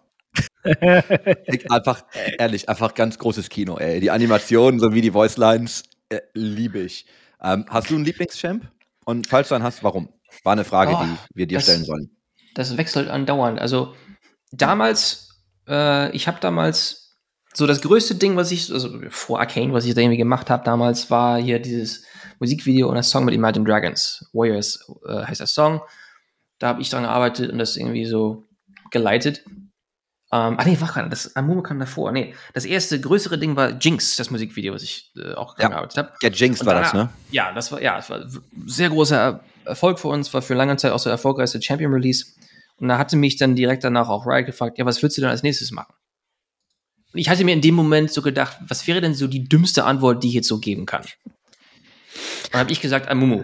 Speaker 2: Einfach, ehrlich, einfach ganz großes Kino, ey. Die Animationen sowie die Voicelines äh, liebe ich. Ähm, hast du einen Lieblingschamp? Und falls du einen hast, warum? War eine Frage,
Speaker 4: Oh,
Speaker 2: die wir dir
Speaker 4: das-
Speaker 2: stellen sollen.
Speaker 4: Das wechselt andauernd. Also damals, äh, ich habe damals so das größte Ding, was ich, also vor Arcane, was ich da irgendwie gemacht habe damals, war hier dieses Musikvideo und das Song mit Imagine Dragons. Warriors äh, heißt der Song. Da habe ich dran gearbeitet und das irgendwie so geleitet. Ähm, ach nee, war gerade, das Amumu kam davor. Nee, das erste größere Ding war Jinx, das Musikvideo, was ich äh, auch dran
Speaker 2: Ja.
Speaker 4: gearbeitet habe.
Speaker 2: Get Jinx
Speaker 4: Und
Speaker 2: war das,
Speaker 4: danach-
Speaker 2: ne?
Speaker 4: Ja, das war, ja, das war ein sehr großer Er- Erfolg für uns, war für lange Zeit auch der erfolgreichste Champion-Release. Und da hatte mich dann direkt danach auch Riot gefragt, ja, was willst du denn als nächstes machen? Und ich hatte mir in dem Moment so gedacht, was wäre denn so die dümmste Antwort, die ich jetzt so geben kann? Und habe ich gesagt, Amumu.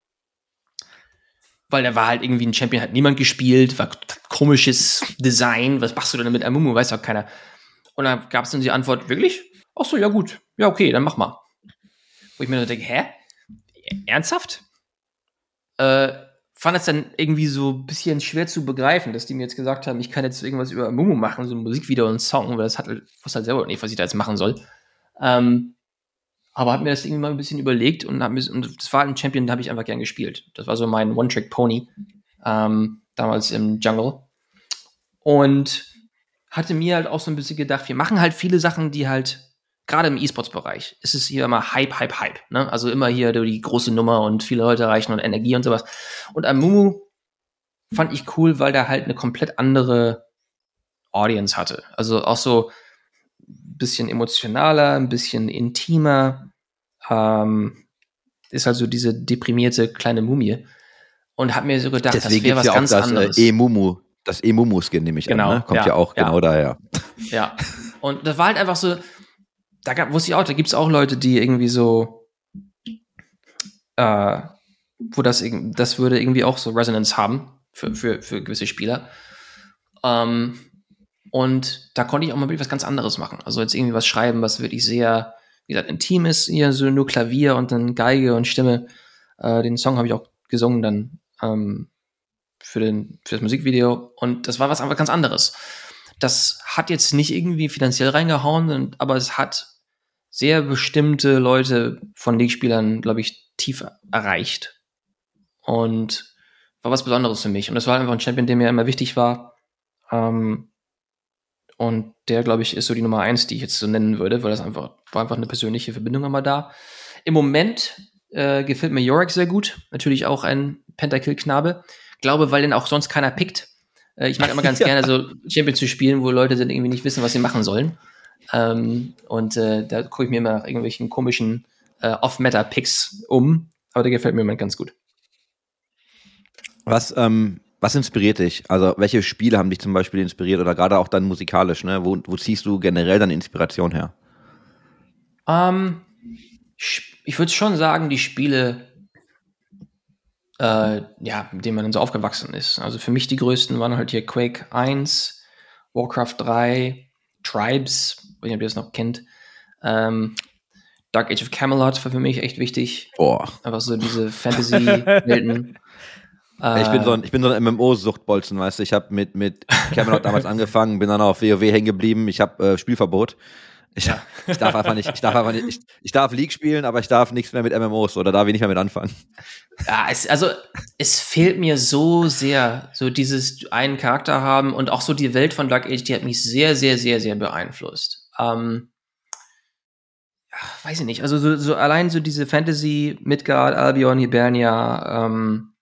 Speaker 4: Weil da war halt irgendwie ein Champion, hat niemand gespielt, war komisches Design, was machst du denn mit Amumu, weiß doch keiner. Und dann gab es dann die Antwort, wirklich? Ach so, ja gut, ja okay, dann mach mal. Wo ich mir dann denke, hä? Ernsthaft? Äh, fand es dann irgendwie so ein bisschen schwer zu begreifen, dass die mir jetzt gesagt haben, ich kann jetzt irgendwas über Amumu machen, so ein Musikvideo und einen Song, weil das hat, ich wusste halt selber nicht, was ich da jetzt machen soll. Ähm, aber hab mir das irgendwie mal ein bisschen überlegt und, hab mir, und das war ein Champion, den habe ich einfach gern gespielt. Das war so mein One-Trick-Pony, ähm, damals im Jungle. Und hatte mir halt auch so ein bisschen gedacht, wir machen halt viele Sachen, die halt, gerade im E-Sports-Bereich, ist es hier immer Hype, Hype, Hype. Ne? Also immer hier die große Nummer und viele Leute erreichen und Energie und sowas. Und Amumu fand ich cool, weil der halt eine komplett andere Audience hatte. Also auch so ein bisschen emotionaler, ein bisschen intimer. Ähm, ist halt so diese deprimierte kleine Mumie. Und hab mir so gedacht,
Speaker 2: Deswegen
Speaker 4: das wäre
Speaker 2: gibt
Speaker 4: was
Speaker 2: es ja auch
Speaker 4: ganz
Speaker 2: das
Speaker 4: anderes.
Speaker 2: äh, E-Mumu, das E-Mumu-Skin, nehme ich
Speaker 4: Genau,
Speaker 2: an, ne? Kommt ja,
Speaker 4: ja,
Speaker 2: auch
Speaker 4: ja.
Speaker 2: genau daher.
Speaker 4: Ja. Und das war halt einfach so, da gab, wusste ich auch, da gibt's auch Leute, die irgendwie so, äh, wo das, irg- das würde irgendwie auch so Resonance haben für, für, für gewisse Spieler. Ähm, und da konnte ich auch mal wirklich was ganz anderes machen. Also jetzt irgendwie was schreiben, was wirklich sehr, wie gesagt, intim ist, hier so nur Klavier und dann Geige und Stimme. Äh, den Song habe ich auch gesungen dann ähm, für, den, für das Musikvideo. Und das war was einfach ganz anderes. Das hat jetzt nicht irgendwie finanziell reingehauen, und, aber es hat sehr bestimmte Leute von League-Spielern, glaube ich, tief erreicht. Und war was Besonderes für mich. Und das war einfach ein Champion, der mir immer wichtig war. Ähm, und der, glaube ich, ist so die Nummer eins, die ich jetzt so nennen würde, weil das einfach, war einfach eine persönliche Verbindung immer da. Im Moment äh, gefällt mir Yorick sehr gut. Natürlich auch ein Pentakill-Knabe. Glaube, weil den auch sonst keiner pickt. Äh, ich mag immer ganz
Speaker 2: Ja.
Speaker 4: gerne so Champion zu spielen, wo Leute dann irgendwie nicht wissen, was sie machen sollen. Ähm, und äh, da gucke ich mir immer nach irgendwelchen komischen äh, Off-Meta-Picks um. Aber der gefällt mir im Moment ganz gut.
Speaker 2: Was, ähm, was inspiriert dich? Also welche Spiele haben dich zum Beispiel inspiriert oder gerade auch dann musikalisch, ne? Wo, wo ziehst du generell deine Inspiration her?
Speaker 4: Ähm, ich würde schon sagen, die Spiele, äh, ja, mit denen man dann so aufgewachsen ist. Also für mich die größten waren halt hier Quake eins, Warcraft drei, Tribes, ich weiß nicht, ob ihr das noch kennt. Ähm, Dark Age of Camelot war für mich echt wichtig.
Speaker 2: Boah.
Speaker 4: Einfach so diese Fantasy-Welten.
Speaker 2: Ich bin so ein, ich bin so ein M M O-Suchtbolzen, weißt du. Ich habe mit, mit Camelot damals angefangen, bin dann auf WoW hängen geblieben. Ich habe äh, Spielverbot. Ich, ich darf einfach nicht, ich darf einfach nicht, ich, ich darf League spielen, aber ich darf nichts mehr mit M M Os oder darf ich nicht mehr mit anfangen.
Speaker 4: Ja, es, also es fehlt mir so sehr, so dieses einen Charakter haben und auch so die Welt von Dark Age, die hat mich sehr, sehr, sehr, sehr beeinflusst. Ähm, ja, weiß ich nicht, also so, so allein so diese Fantasy, Midgard, Albion, Hibernia, ähm,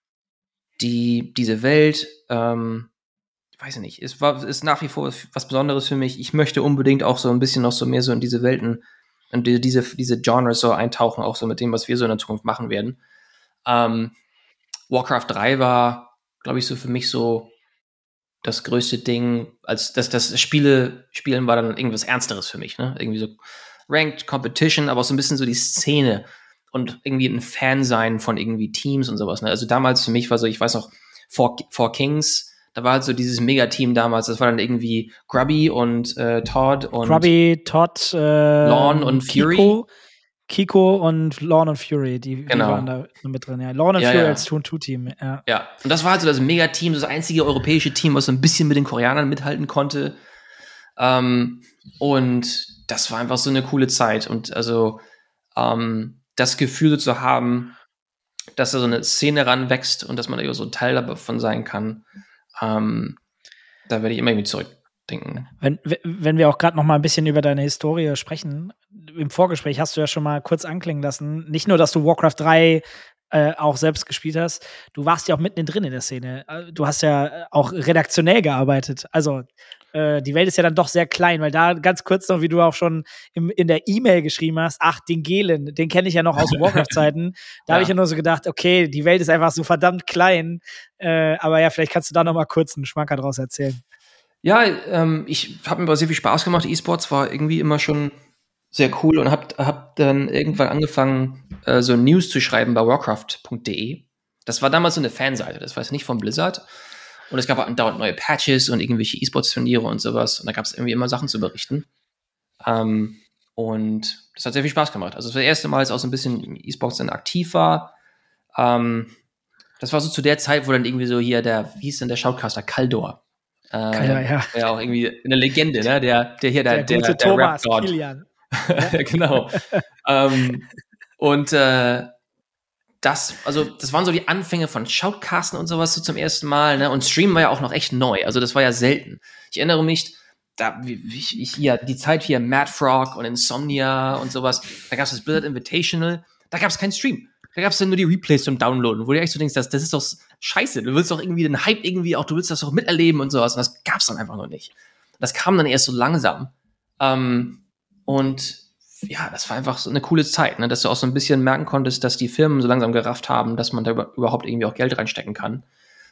Speaker 4: die, diese Welt, ähm, weiß ich nicht, es war, ist nach wie vor was Besonderes für mich. Ich möchte unbedingt auch so ein bisschen noch so mehr so in diese Welten und die, diese, diese Genres so eintauchen, auch so mit dem, was wir so in der Zukunft machen werden. Ähm, Warcraft drei war, glaube ich, so für mich so das größte Ding, als das, das Spiele, Spielen war dann irgendwas Ernsteres für mich, ne? Irgendwie so Ranked Competition, aber auch so ein bisschen so die Szene und irgendwie ein Fan sein von irgendwie Teams und sowas, ne? Also damals für mich war so, ich weiß noch, Four, Four Kings, da war halt so dieses Megateam damals, das war dann irgendwie Grubby und äh, Todd und
Speaker 3: Grubby, Todd, äh,
Speaker 4: Lorne und Fury.
Speaker 3: Kiko, Kiko und Lorne und Fury, die,
Speaker 4: Genau.
Speaker 3: die waren da mit drin. Ja. Lorne und
Speaker 4: Ja,
Speaker 3: Fury
Speaker 4: ja.
Speaker 3: als Two-and-Two-Team. Ja.
Speaker 4: Ja, und das war halt so das Megateam, das einzige europäische Team, was so ein bisschen mit den Koreanern mithalten konnte. Ähm, und das war einfach so eine coole Zeit. Und also ähm, das Gefühl so zu haben, dass da so eine Szene ranwächst und dass man da so ein Teil davon sein kann, ähm, da werde ich immer irgendwie zurückdenken.
Speaker 3: Wenn, wenn wir auch gerade noch mal ein bisschen über deine Historie sprechen, im Vorgespräch hast du ja schon mal kurz anklingen lassen, nicht nur, dass du Warcraft drei äh, auch selbst gespielt hast, du warst ja auch mitten drin in der Szene. Du hast ja auch redaktionell gearbeitet. Also äh, die Welt ist ja dann doch sehr klein, weil da ganz kurz noch, wie du auch schon im, in der E-Mail geschrieben hast, ach, den Gelen, den kenne ich ja noch aus Warcraft-Zeiten. Da ja. habe ich ja nur so gedacht, okay, die Welt ist einfach so verdammt klein. Äh, aber ja, vielleicht kannst du da noch mal kurz einen Schmanker draus erzählen.
Speaker 4: Ja, ähm, ich habe mir sehr viel Spaß gemacht. E-Sports war irgendwie immer schon sehr cool und hab, hab dann irgendwann angefangen, äh, so News zu schreiben bei warcraft punkt de. Das war damals so eine Fanseite, das war jetzt nicht von Blizzard. Und es gab auch andauernd neue Patches und irgendwelche E-Sports-Turniere und sowas. Und da gab es irgendwie immer Sachen zu berichten. Ähm, und das hat sehr viel Spaß gemacht. Also das war das erste Mal, dass auch so ein bisschen E-Sports dann aktiv war. Ähm, das war so zu der Zeit, wo dann irgendwie so hier der, wie hieß denn der Shoutcaster, Kaldor. Äh,
Speaker 3: ja, ja.
Speaker 4: ja, auch irgendwie eine Legende, ne? Der, der hier, der,
Speaker 3: der gute
Speaker 4: der, der
Speaker 3: Thomas
Speaker 4: Rap-God.
Speaker 3: Kilian.
Speaker 4: Genau. ähm, und äh, das, also das waren so die Anfänge von Shoutcasten und sowas so zum ersten Mal, ne? Und Stream war ja auch noch echt neu, also das war ja selten. Ich erinnere mich, da, wie, wie ich hier, die Zeit hier, Mad Frog und Insomnia und sowas, da gab es das Blizzard Invitational, da gab es keinen Stream. Da gab es dann nur die Replays zum Downloaden, wo du echt so denkst, das, das ist doch scheiße, du willst doch irgendwie den Hype irgendwie auch, du willst das doch miterleben und sowas, und das gab's dann einfach noch nicht. Das kam dann erst so langsam. Ähm, und ja, das war einfach so eine coole Zeit, ne? Dass du auch so ein bisschen merken konntest, dass die Firmen so langsam gerafft haben, dass man da über, überhaupt irgendwie auch Geld reinstecken kann.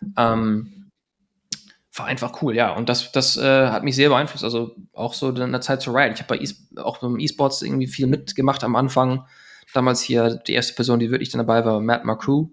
Speaker 4: Ähm, war einfach cool, ja. Und das, das äh, hat mich sehr beeinflusst. Also auch so in der Zeit zu Riot. Ich habe bei e- auch beim E-Sports irgendwie viel mitgemacht am Anfang. Damals hier die erste Person, die wirklich dann dabei war, Matt Marcoux.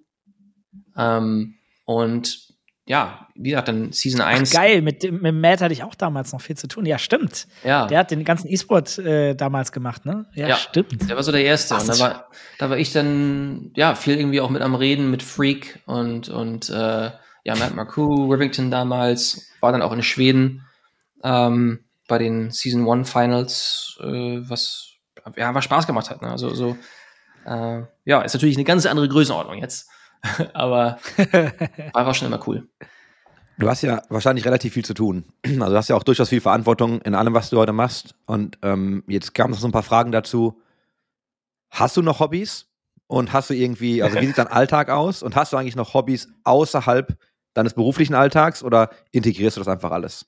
Speaker 4: Ähm, und ja, wie gesagt, dann Season eins.
Speaker 3: Ach, geil, mit, dem, mit Matt hatte ich auch damals noch viel zu tun. Ja, stimmt.
Speaker 4: Ja.
Speaker 3: Der hat den ganzen E-Sport äh, damals gemacht, ne? Ja,
Speaker 4: ja,
Speaker 3: stimmt.
Speaker 4: Der war so der Erste.
Speaker 3: Ach,
Speaker 4: und da war, da war ich dann, ja, viel irgendwie auch mit am Reden, mit Freak und, und äh, ja, Matt Marcoux, Rivington damals, war dann auch in Schweden ähm, bei den Season one Finals, äh, was ja, was Spaß gemacht hat. Ne? Also so, äh, ja, ist natürlich eine ganz andere Größenordnung jetzt. Aber war einfach schon immer cool.
Speaker 2: Du hast ja wahrscheinlich relativ viel zu tun. Also du hast ja auch durchaus viel Verantwortung in allem, was du heute machst. Und ähm, jetzt kamen noch so ein paar Fragen dazu. Hast du noch Hobbys? Und hast du irgendwie, also wie sieht dein Alltag aus? Und hast du eigentlich noch Hobbys außerhalb deines beruflichen Alltags oder integrierst du das einfach alles?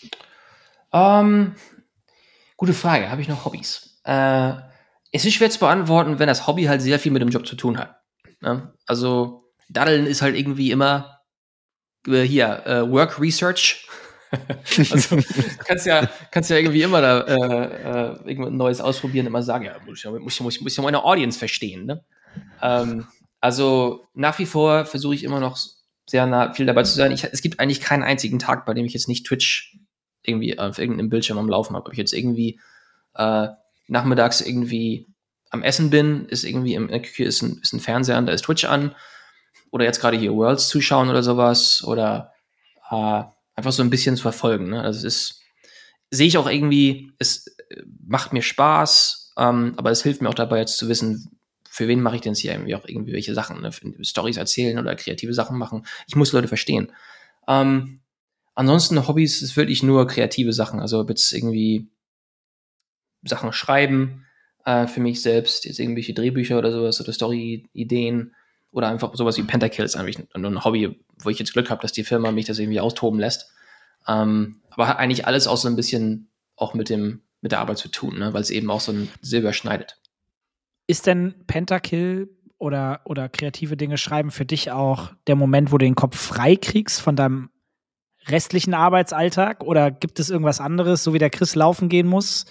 Speaker 4: Ähm, gute Frage. Habe ich noch Hobbys? Äh, es ist schwer zu beantworten, wenn das Hobby halt sehr viel mit dem Job zu tun hat. Ne? Also Daddeln ist halt irgendwie immer äh, hier, äh, Work Research. Also, du kannst ja, kannst ja irgendwie immer da äh, äh, irgendwas Neues ausprobieren, immer sagen, ja, muss ich, muss, muss, muss ja meine Audience verstehen, ne? Ähm, also nach wie vor versuche ich immer noch sehr nah viel dabei zu sein. Ich, es gibt eigentlich keinen einzigen Tag, bei dem ich jetzt nicht Twitch irgendwie auf irgendeinem Bildschirm am Laufen habe. Ob ich jetzt irgendwie äh, nachmittags irgendwie am Essen bin, ist irgendwie in der Küche ist ein, ist ein Fernseher an, da ist Twitch an. Oder jetzt gerade hier Worlds zuschauen oder sowas. Oder äh, einfach so ein bisschen zu verfolgen. Ne? Also es ist, sehe ich auch irgendwie, es macht mir Spaß, ähm, aber es hilft mir auch dabei, jetzt zu wissen, für wen mache ich denn jetzt hier irgendwie auch irgendwie welche Sachen, ne? Storys erzählen oder kreative Sachen machen. Ich muss Leute verstehen. Ähm, ansonsten Hobbys ist wirklich nur kreative Sachen. Also jetzt irgendwie Sachen schreiben äh, für mich selbst, jetzt irgendwelche Drehbücher oder sowas oder Story-Ideen oder einfach sowas wie Pentakills, eigentlich ein Hobby, wo ich jetzt Glück habe, dass die Firma mich das irgendwie austoben lässt. Ähm, aber hat eigentlich alles auch so ein bisschen auch mit dem mit der Arbeit zu tun, ne? Weil es eben auch so ein Silber schneidet.
Speaker 3: Ist denn Pentakill oder, oder kreative Dinge schreiben für dich auch der Moment, wo du den Kopf frei kriegst von deinem restlichen Arbeitsalltag? Oder gibt es irgendwas anderes, so wie der Chris laufen gehen muss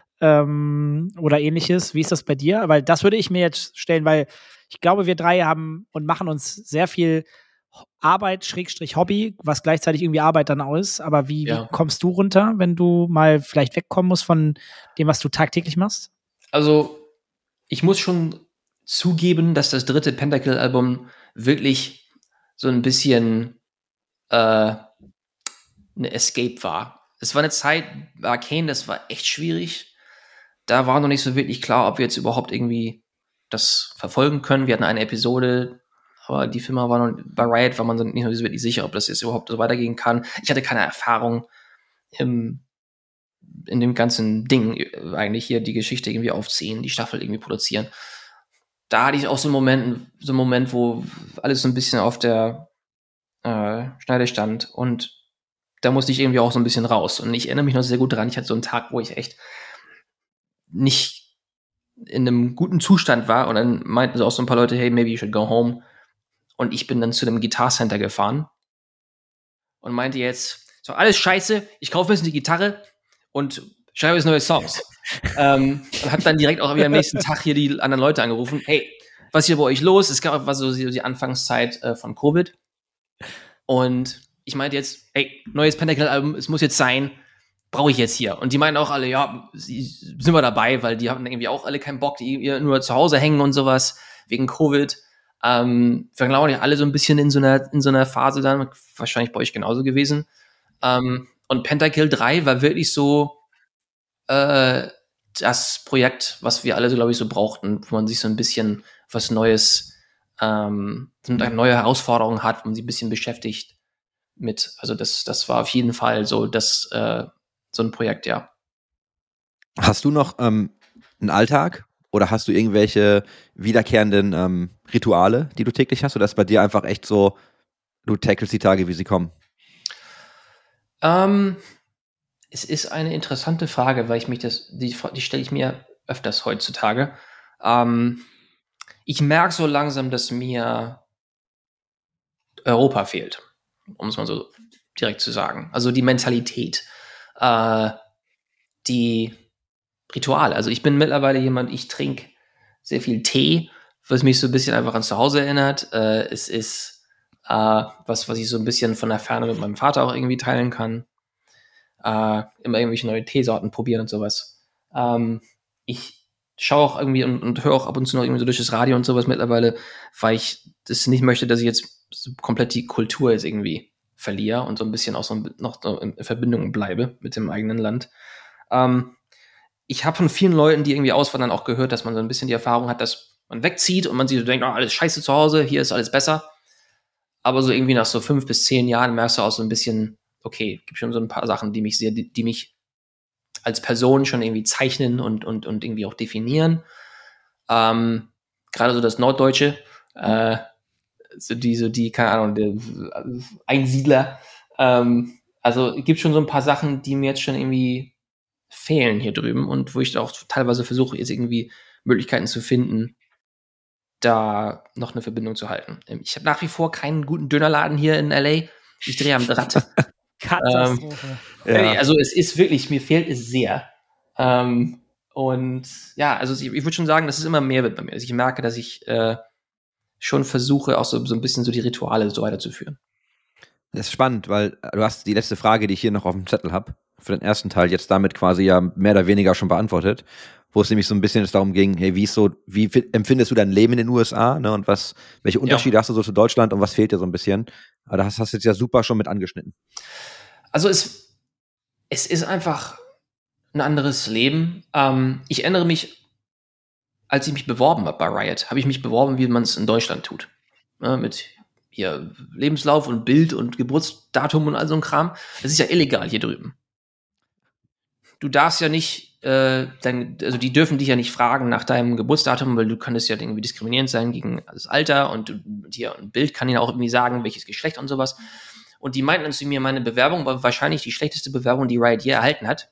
Speaker 3: ähm, oder ähnliches? Wie ist das bei dir? Weil das würde ich mir jetzt stellen, weil ich glaube, wir drei haben und machen uns sehr viel Arbeit, Schrägstrich Hobby, was gleichzeitig irgendwie Arbeit dann auch ist. Aber wie,
Speaker 4: Ja.
Speaker 3: wie kommst du runter, wenn du mal vielleicht wegkommen musst von dem, was du tagtäglich machst?
Speaker 4: Also ich muss schon zugeben, dass das dritte Pentakill-Album wirklich so ein bisschen äh, eine Escape war. Es war eine Zeit, bei Arcane, das war echt schwierig. Da war noch nicht so wirklich klar, ob wir jetzt überhaupt irgendwie das verfolgen können. Wir hatten eine Episode, aber die Firma war noch, bei Riot war man so nicht so wirklich sicher, ob das jetzt überhaupt so weitergehen kann. Ich hatte keine Erfahrung im, in dem ganzen Ding, eigentlich hier die Geschichte irgendwie aufziehen, die Staffel irgendwie produzieren. Da hatte ich auch so einen Moment, so einen Moment, wo alles so ein bisschen auf der äh, Schneide stand und da musste ich irgendwie auch so ein bisschen raus. Und ich erinnere mich noch sehr gut daran, ich hatte so einen Tag, wo ich echt nicht in einem guten Zustand war und dann meinten so auch so ein paar Leute, hey, maybe you should go home. Und ich bin dann zu dem Guitar Center gefahren und meinte jetzt, so alles scheiße, ich kaufe jetzt eine Gitarre und schreibe jetzt neue Songs. ähm, und hab dann direkt auch wieder am nächsten Tag hier die anderen Leute angerufen, hey, was ist hier bei euch los? Es gab war so die Anfangszeit äh, von Covid und ich meinte jetzt, hey, neues Pentakill-Album, es muss jetzt sein, brauche ich jetzt hier. Und die meinten auch alle, ja, sind wir dabei, weil die haben irgendwie auch alle keinen Bock, die nur zu Hause hängen und sowas, wegen Covid. Ähm, wir glauben ja alle so ein bisschen in so einer, in so einer Phase dann, wahrscheinlich bei euch genauso gewesen. Ähm, und Pentakill drei war wirklich so äh, das Projekt, was wir alle so, glaube ich, so brauchten, wo man sich so ein bisschen was Neues, ähm, eine neue Herausforderung hat, wo man sich ein bisschen beschäftigt mit. Also das, das war auf jeden Fall so das, äh, so ein Projekt, ja.
Speaker 2: Hast du noch ähm, einen Alltag oder hast du irgendwelche wiederkehrenden ähm, Rituale, die du täglich hast? Oder ist bei dir einfach echt so, du tackelst die Tage, wie sie kommen?
Speaker 4: Ähm, es ist eine interessante Frage, weil ich mich das, die, die stelle ich mir öfters heutzutage. Ähm, ich merke so langsam, dass mir Europa fehlt, um es mal so direkt zu sagen. Also die Mentalität, äh, die Rituale. Also ich bin mittlerweile jemand, ich trinke sehr viel Tee, was mich so ein bisschen einfach an zu Hause erinnert. Äh, es ist äh, was, was ich so ein bisschen von der Ferne mit meinem Vater auch irgendwie teilen kann. Äh, immer irgendwelche neue Teesorten probieren und sowas. Ähm, ich schaue auch irgendwie und, und höre auch ab und zu noch irgendwie so durch das Radio und sowas mittlerweile, weil ich das nicht möchte, dass ich jetzt so komplett die Kultur jetzt irgendwie verliere und so ein bisschen auch so noch so in Verbindung bleibe mit dem eigenen Land. Ähm, ich habe von vielen Leuten, die irgendwie auswandern, auch gehört, dass man so ein bisschen die Erfahrung hat, dass man wegzieht und man sich so denkt, oh, alles scheiße zu Hause, hier ist alles besser. Aber so irgendwie nach so fünf bis zehn Jahren merkst du auch so ein bisschen, okay, gibt schon so ein paar Sachen, die mich sehr, die, die mich als Person schon irgendwie zeichnen und, und, und irgendwie auch definieren. Ähm, gerade so das Norddeutsche, äh, so die, so die, keine Ahnung, der Einsiedler. Ähm, also es gibt schon so ein paar Sachen, die mir jetzt schon irgendwie fehlen hier drüben und wo ich auch teilweise versuche, jetzt irgendwie Möglichkeiten zu finden, da noch eine Verbindung zu halten. Ich habe nach wie vor keinen guten Dönerladen hier in L A, Ich drehe am Draht.
Speaker 3: Katastrophe.
Speaker 4: ähm, ja. Also es ist wirklich, mir fehlt es sehr. Ähm, und ja, also ich, ich würde schon sagen, dass es immer mehr wird bei mir. Also ich merke, dass ich äh, schon versuche, auch so, so ein bisschen so die Rituale so weiterzuführen.
Speaker 2: Das ist spannend, weil du hast die letzte Frage, die ich hier noch auf dem Zettel habe, für den ersten Teil jetzt damit quasi ja mehr oder weniger schon beantwortet, wo es nämlich so ein bisschen jetzt darum ging, hey, wie ist so, wie empfindest du dein Leben in den U S A, ne, und was, welche Unterschiede ja. hast du so zu Deutschland und was fehlt dir so ein bisschen? Aber das hast du jetzt ja super schon mit angeschnitten.
Speaker 4: Also es, es ist einfach ein anderes Leben. Ähm, ich erinnere mich, als ich mich beworben habe bei Riot, habe ich mich beworben, wie man es in Deutschland tut. Ne, mit hier Lebenslauf und Bild und Geburtsdatum und all so ein Kram. Das ist ja illegal hier drüben. Du darfst ja nicht, äh, dein, also die dürfen dich ja nicht fragen nach deinem Geburtsdatum, weil du könntest ja irgendwie diskriminierend sein gegen das Alter und, und hier ein Bild kann ihnen auch irgendwie sagen, welches Geschlecht und sowas. Und die meinten dann zu mir, meine Bewerbung war wahrscheinlich die schlechteste Bewerbung, die Riot je erhalten hat.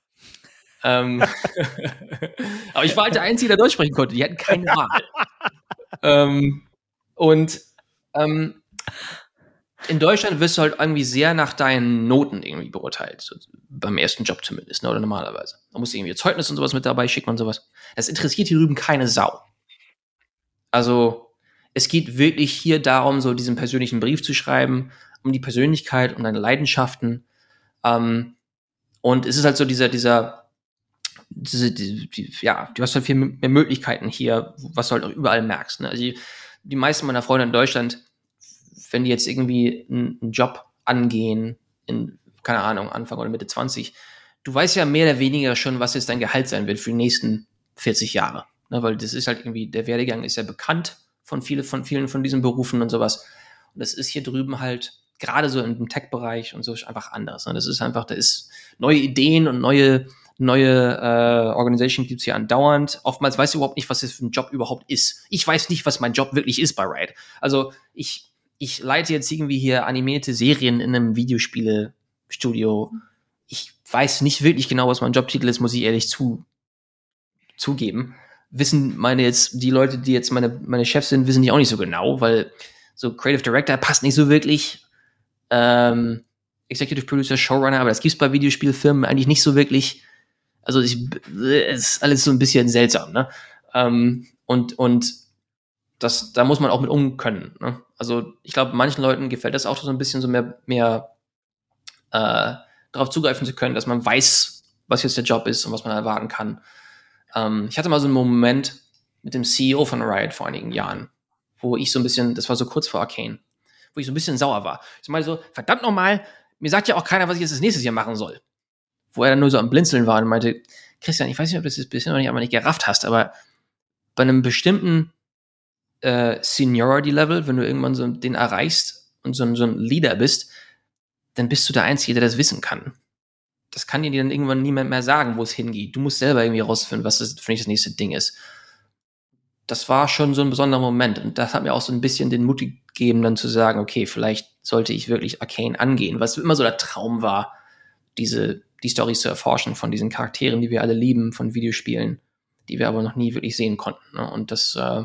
Speaker 4: ähm, aber ich war halt der Einzige, der Deutsch sprechen konnte. Die hatten keine Wahl. ähm, und ähm, in Deutschland wirst du halt irgendwie sehr nach deinen Noten irgendwie beurteilt. So, beim ersten Job zumindest, ne, oder normalerweise. Da musst du irgendwie Zeugnis und sowas mit dabei schicken und sowas. Das interessiert hier drüben keine Sau. Also, es geht wirklich hier darum, so diesen persönlichen Brief zu schreiben, um die Persönlichkeit, um deine Leidenschaften. Ähm, und es ist halt so dieser, dieser, diese, die, die, ja, du hast halt viel mehr Möglichkeiten hier, was du halt auch überall merkst. Ne? Also die, die meisten meiner Freunde in Deutschland, wenn die jetzt irgendwie einen, einen Job angehen, in, keine Ahnung, Anfang oder Mitte zwanzig, du weißt ja mehr oder weniger schon, was jetzt dein Gehalt sein wird für die nächsten vierzig Jahre. Ne? Weil das ist halt irgendwie, der Werdegang ist ja bekannt von, viele, von vielen von diesen Berufen und sowas. Und das ist hier drüben halt, gerade so im Tech-Bereich und so, ist einfach anders. Ne? Das ist einfach, da ist neue Ideen und neue, neue äh, Organisation gibt's hier andauernd. Oftmals weißt du überhaupt nicht, was das für ein Job überhaupt ist. Ich weiß nicht, was mein Job wirklich ist bei Riot. Also ich Ich leite jetzt irgendwie hier animierte Serien in einem Videospiele-Studio. Ich weiß nicht wirklich genau, was mein Jobtitel ist, muss ich ehrlich zu, zugeben. Wissen meine jetzt, die Leute, die jetzt meine, meine Chefs sind, wissen die auch nicht so genau, weil so Creative Director passt nicht so wirklich. Ähm, Executive Producer, Showrunner, aber das gibt's bei Videospielfirmen eigentlich nicht so wirklich. Also ich, es ist alles so ein bisschen seltsam, ne? Ähm, und, und Das, da muss man auch mit um können. Ne? Also ich glaube, manchen Leuten gefällt das auch so ein bisschen so mehr, mehr äh, darauf zugreifen zu können, dass man weiß, was jetzt der Job ist und was man erwarten kann. Ähm, ich hatte mal so einen Moment mit dem C E O von Riot vor einigen Jahren, wo ich so ein bisschen, das war so kurz vor Arcane, wo ich so ein bisschen sauer war. Ich meine so, verdammt nochmal, mir sagt ja auch keiner, was ich jetzt das nächste Jahr machen soll. Wo er dann nur so am Blinzeln war und meinte, Christian, ich weiß nicht, ob du das bisher noch nicht, aber nicht gerafft hast, aber bei einem bestimmten Äh, Seniority-Level, wenn du irgendwann so den erreichst und so, so ein Leader bist, dann bist du der Einzige, der das wissen kann. Das kann dir dann irgendwann niemand mehr sagen, wo es hingeht. Du musst selber irgendwie rausfinden, was das für dich das nächste Ding ist. Das war schon so ein besonderer Moment und das hat mir auch so ein bisschen den Mut gegeben, dann zu sagen, okay, vielleicht sollte ich wirklich Arcane angehen, was immer so der Traum war, diese, die Storys zu erforschen von diesen Charakteren, die wir alle lieben, von Videospielen, die wir aber noch nie wirklich sehen konnten. Ne? Und das äh,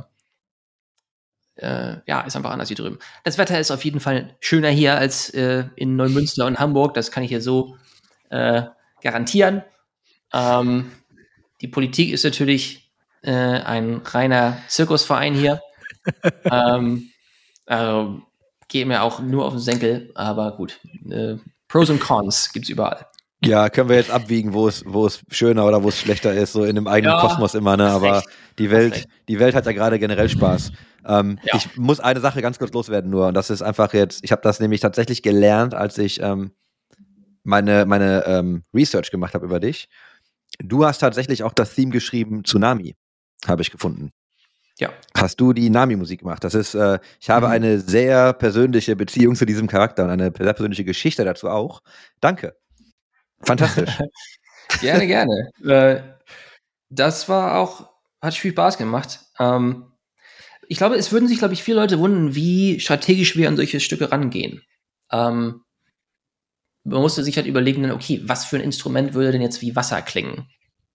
Speaker 4: Äh, ja, ist einfach anders hier drüben. Das Wetter ist auf jeden Fall schöner hier als äh, in Neumünster und Hamburg. Das kann ich hier so äh, garantieren. Ähm, die Politik ist natürlich äh, ein reiner Zirkusverein hier. ähm, also geht mir auch nur auf den Senkel, aber gut. Äh, Pros und Cons gibt's überall.
Speaker 2: Ja, können wir jetzt abwiegen, wo es, wo es schöner oder wo es schlechter ist, so in dem eigenen
Speaker 4: Ja,
Speaker 2: Kosmos immer, ne? Aber
Speaker 4: recht.
Speaker 2: die Welt, die Welt hat ja gerade generell Spaß. Ähm,
Speaker 4: Ja.
Speaker 2: Ich muss eine Sache ganz kurz loswerden nur, und das ist einfach jetzt, ich habe das nämlich tatsächlich gelernt, als ich ähm, meine, meine ähm, Research gemacht habe über dich. Du hast tatsächlich auch das Theme geschrieben, Tsunami, habe ich gefunden.
Speaker 4: Ja.
Speaker 2: Hast du die Nami-Musik gemacht? Das ist, äh, ich habe
Speaker 4: Mhm.
Speaker 2: eine sehr persönliche Beziehung zu diesem Charakter und eine sehr persönliche Geschichte dazu auch. Danke. Fantastisch.
Speaker 4: Gerne, gerne. äh, das war auch, hat viel Spaß gemacht. Ähm, ich glaube, es würden sich, glaube ich, viele Leute wundern, wie strategisch wir an solche Stücke rangehen. Ähm, man musste sich halt überlegen, okay, was für ein Instrument würde denn jetzt wie Wasser klingen?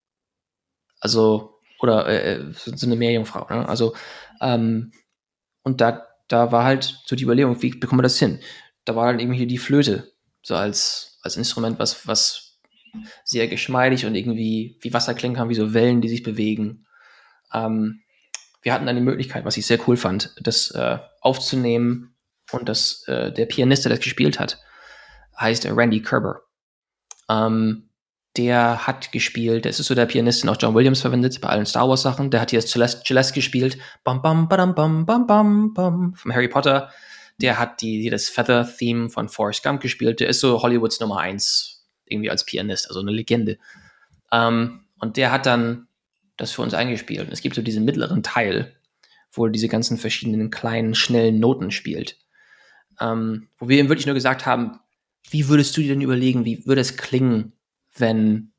Speaker 4: Also, oder äh, so eine Meerjungfrau, ne? Also, ähm, und da, da war halt so die Überlegung, wie bekommen wir das hin? da war dann irgendwie die Flöte, so als, als Instrument, was, was sehr geschmeidig und irgendwie wie Wasser klingen kann, wie so Wellen, die sich bewegen. Ähm, wir hatten dann die Möglichkeit, was ich sehr cool fand, das äh, aufzunehmen und das, äh, der Pianist, der das gespielt hat, heißt äh, Randy Kerber. Ähm, der hat gespielt, das ist so der Pianist, den auch John Williams verwendet bei allen Star Wars Sachen. Der hat hier das Celeste, Celeste gespielt, bam bam badam bam bam bam bam vom Harry Potter. Der hat die, die das Feather Theme von Forrest Gump gespielt. Der ist so Hollywoods Nummer eins irgendwie als Pianist, also eine Legende. Ähm, und der hat dann das für uns eingespielt. Und es gibt so diesen mittleren Teil, wo er diese ganzen verschiedenen kleinen schnellen Noten spielt, ähm, wo wir ihm wirklich nur gesagt haben, wie würdest du dir denn überlegen, wie würde es klingen, wenn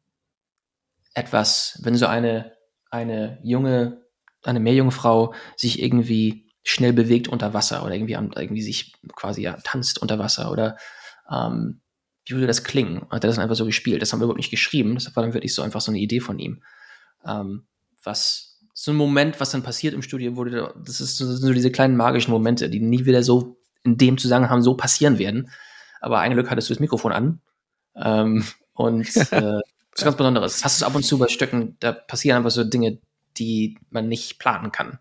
Speaker 4: etwas, wenn so eine, eine junge, eine Meerjungfrau sich irgendwie schnell bewegt unter Wasser oder irgendwie, irgendwie sich quasi ja, tanzt unter Wasser oder ähm, wie würde das klingen? Und hat er das einfach so gespielt. Das haben wir überhaupt nicht geschrieben. Das war dann wirklich so einfach so eine Idee von ihm. Ähm, was so ein Moment, was dann passiert im Studio, wurde, das, ist so, das sind so diese kleinen magischen Momente, die nie wieder so in dem Zusammenhang so passieren werden. Aber ein Glück hattest du das Mikrofon an. Ähm, und äh, das ist ganz Besonderes. Das hast du ab und zu bei Stücken, da passieren einfach so Dinge, die man nicht planen kann.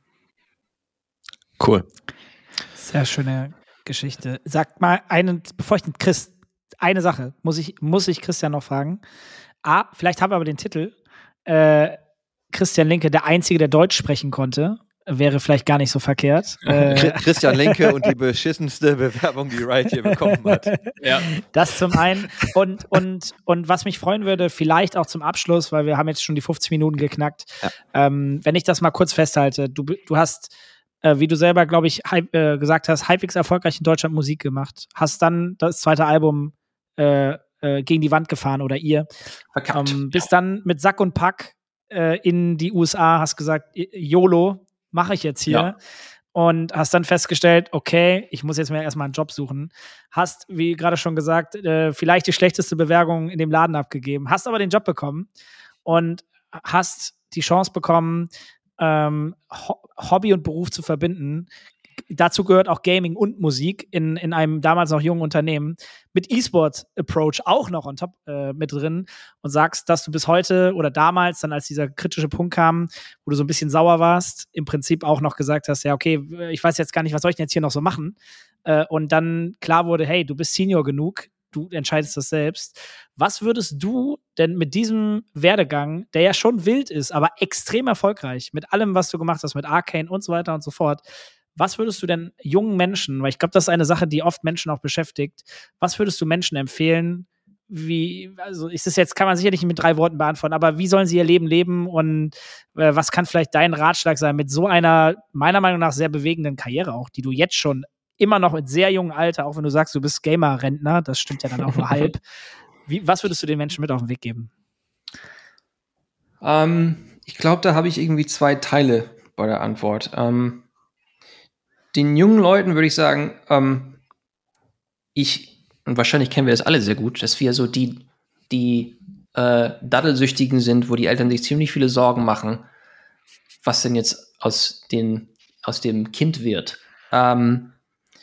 Speaker 2: Cool.
Speaker 3: Sehr schöne Geschichte. Sag mal, einen, bevor ich den Chris, eine Sache muss ich, muss ich Christian noch fragen. A, vielleicht haben wir aber den Titel. Äh, Christian Linke, der Einzige, der Deutsch sprechen konnte. Wäre vielleicht gar nicht so verkehrt. Äh,
Speaker 2: Christian Linke und die beschissenste Bewerbung, die Riot hier bekommen hat.
Speaker 3: Ja. Das zum einen. Und, und, und was mich freuen würde, vielleicht auch zum Abschluss, weil wir haben jetzt schon die fünfzig Minuten geknackt, ja. ähm, wenn ich das mal kurz festhalte. Du, du hast, äh, wie du selber, glaube ich, halb, äh, gesagt hast, halbwegs erfolgreich in Deutschland Musik gemacht. Hast dann das zweite Album äh, äh, gegen die Wand gefahren oder ihr.
Speaker 4: Verkackt.
Speaker 3: Ähm, bist dann mit Sack und Pack äh, in die U S A, hast gesagt, YOLO, mache ich jetzt hier. Ja. Und hast dann festgestellt, okay, ich muss jetzt mir erstmal einen Job suchen. Hast, wie gerade schon gesagt, äh, vielleicht die schlechteste Bewerbung in dem Laden abgegeben, hast aber den Job bekommen und hast die Chance bekommen, ähm, Ho- Hobby und Beruf zu verbinden. Dazu gehört auch Gaming und Musik in, in einem damals noch jungen Unternehmen mit E-Sport-Approach auch noch on top äh, mit drin und sagst, dass du bis heute oder damals, dann als dieser kritische Punkt kam, wo du so ein bisschen sauer warst, im Prinzip auch noch gesagt hast, ja okay, ich weiß jetzt gar nicht, was soll ich denn jetzt hier noch so machen? Äh, und dann klar wurde, hey, du bist Senior genug, du entscheidest das selbst. Was würdest du denn mit diesem Werdegang, der ja schon wild ist, aber extrem erfolgreich, mit allem, was du gemacht hast, mit Arcane und so weiter und so fort, was würdest du denn jungen Menschen, weil ich glaube, das ist eine Sache, die oft Menschen auch beschäftigt, was würdest du Menschen empfehlen, wie, also ist das jetzt, kann man sicherlich nicht mit drei Worten beantworten, aber wie sollen sie ihr Leben leben und äh, was kann vielleicht dein Ratschlag sein mit so einer, meiner Meinung nach, sehr bewegenden Karriere auch, die du jetzt schon immer noch mit sehr jungem Alter, auch wenn du sagst, du bist Gamer-Rentner, das stimmt ja dann auch nur halb, wie, was würdest du den Menschen mit auf den Weg geben?
Speaker 4: Ähm, ich glaube, da habe ich irgendwie zwei Teile bei der Antwort. Ähm, Den jungen Leuten würde ich sagen, ähm, ich, und wahrscheinlich kennen wir das alle sehr gut, dass wir so die, die äh, Daddelsüchtigen sind, wo die Eltern sich ziemlich viele Sorgen machen, was denn jetzt aus, den, aus dem Kind wird. Ähm,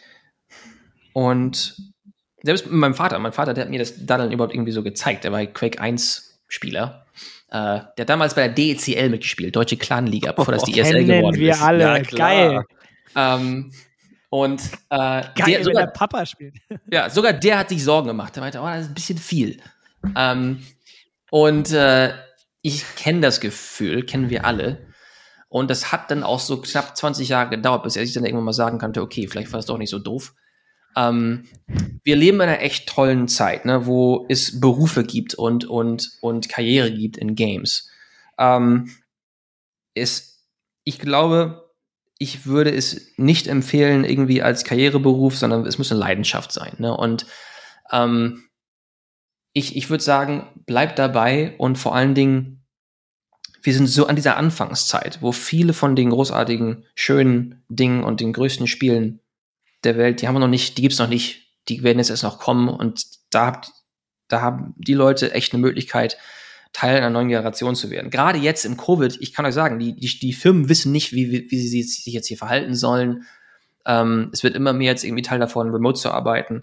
Speaker 4: und selbst mit meinem Vater, mein Vater, der hat mir das Daddeln überhaupt irgendwie so gezeigt. Der war Quake eins Spieler. Äh, der hat damals bei der D E C L mitgespielt, Deutsche Clanliga, bevor das die E S L geworden ist.
Speaker 3: Wir alle, ja, geil.
Speaker 4: Ähm, und äh,
Speaker 3: Geil,
Speaker 4: der, sogar,
Speaker 3: wenn der Papa spielt.
Speaker 4: Ja, sogar der hat sich Sorgen gemacht. Der meinte, oh, das ist ein bisschen viel. Ähm, und äh, ich kenne das Gefühl, kennen wir alle. Und das hat dann auch so knapp zwanzig Jahre gedauert, bis er sich dann irgendwann mal sagen konnte, okay, vielleicht war das doch nicht so doof. Ähm, wir leben in einer echt tollen Zeit, ne, wo es Berufe gibt und, und, und Karriere gibt in Games. Ähm, es, ich glaube, ich würde es nicht empfehlen, irgendwie als Karriereberuf, sondern es muss eine Leidenschaft sein. Ne? Und ähm, ich, ich würde sagen, bleib dabei und vor allen Dingen, wir sind so an dieser Anfangszeit, wo viele von den großartigen, schönen Dingen und den größten Spielen der Welt, die haben wir noch nicht, die gibt's noch nicht, die werden jetzt erst noch kommen und da, habt, da haben die Leute echt eine Möglichkeit, Teil einer neuen Generation zu werden. Gerade jetzt im Covid, ich kann euch sagen, die, die, die Firmen wissen nicht, wie, wie, wie sie sich jetzt hier verhalten sollen. Ähm, es wird immer mehr jetzt irgendwie Teil davon, remote zu arbeiten.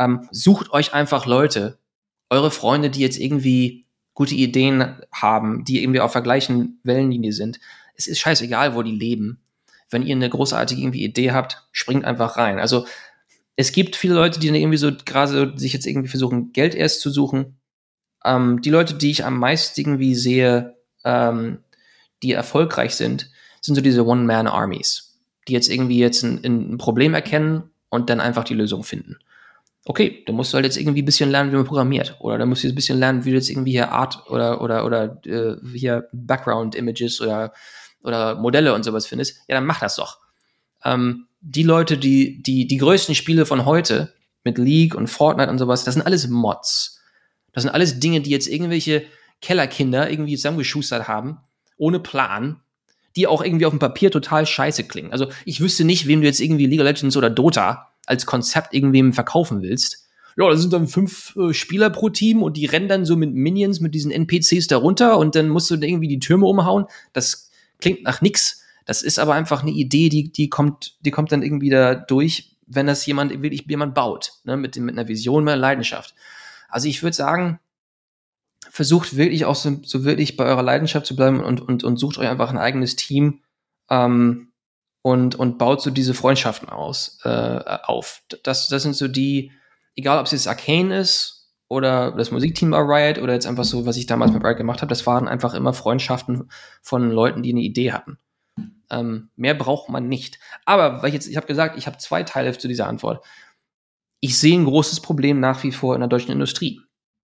Speaker 4: Ähm, sucht euch einfach Leute, eure Freunde, die jetzt irgendwie gute Ideen haben, die irgendwie auf der gleichen Wellenlinie sind. Es ist scheißegal, wo die leben. Wenn ihr eine großartige irgendwie Idee habt, springt einfach rein. Also es gibt viele Leute, die dann irgendwie so gerade sich jetzt irgendwie versuchen, Geld erst zu suchen. Ähm, die Leute, die ich am meisten irgendwie sehe, ähm, die erfolgreich sind, sind so diese One-Man-Armies, die jetzt irgendwie jetzt ein, ein Problem erkennen und dann einfach die Lösung finden. Okay, dann musst du halt jetzt irgendwie ein bisschen lernen, wie man programmiert. Oder dann musst du jetzt ein bisschen lernen, wie du jetzt irgendwie hier Art oder oder oder äh, hier Background-Images oder, oder Modelle und sowas findest. Ja, dann mach das doch. Ähm, die Leute, die, die, die größten Spiele von heute mit League und Fortnite und sowas, das sind alles Mods. Das sind alles Dinge, die jetzt irgendwelche Kellerkinder irgendwie zusammengeschustert haben, ohne Plan, die auch irgendwie auf dem Papier total scheiße klingen. Also ich wüsste nicht, wem du jetzt irgendwie League of Legends oder Dota als Konzept irgendwem verkaufen willst. Ja, da sind dann fünf äh, Spieler pro Team und die rennen dann so mit Minions, mit diesen N P Cs darunter und dann musst du irgendwie die Türme umhauen. Das klingt nach nix. Das ist aber einfach eine Idee, die, die kommt, die kommt dann irgendwie da durch, wenn das jemand, wirklich jemand baut, ne, mit, mit einer Vision, mit einer Leidenschaft. Also ich würde sagen, versucht wirklich auch so, so wirklich bei eurer Leidenschaft zu bleiben und, und, und sucht euch einfach ein eigenes Team, ähm, und, und baut so diese Freundschaften aus, äh, auf. Das, das sind so die, egal ob es jetzt Arcane ist oder das Musikteam bei Riot oder jetzt einfach so, was ich damals mit Riot gemacht habe, das waren einfach immer Freundschaften von Leuten, die eine Idee hatten. Ähm, mehr braucht man nicht. Aber weil ich jetzt, ich habe gesagt, ich habe zwei Teile zu dieser Antwort. Ich sehe ein großes Problem nach wie vor in der deutschen Industrie.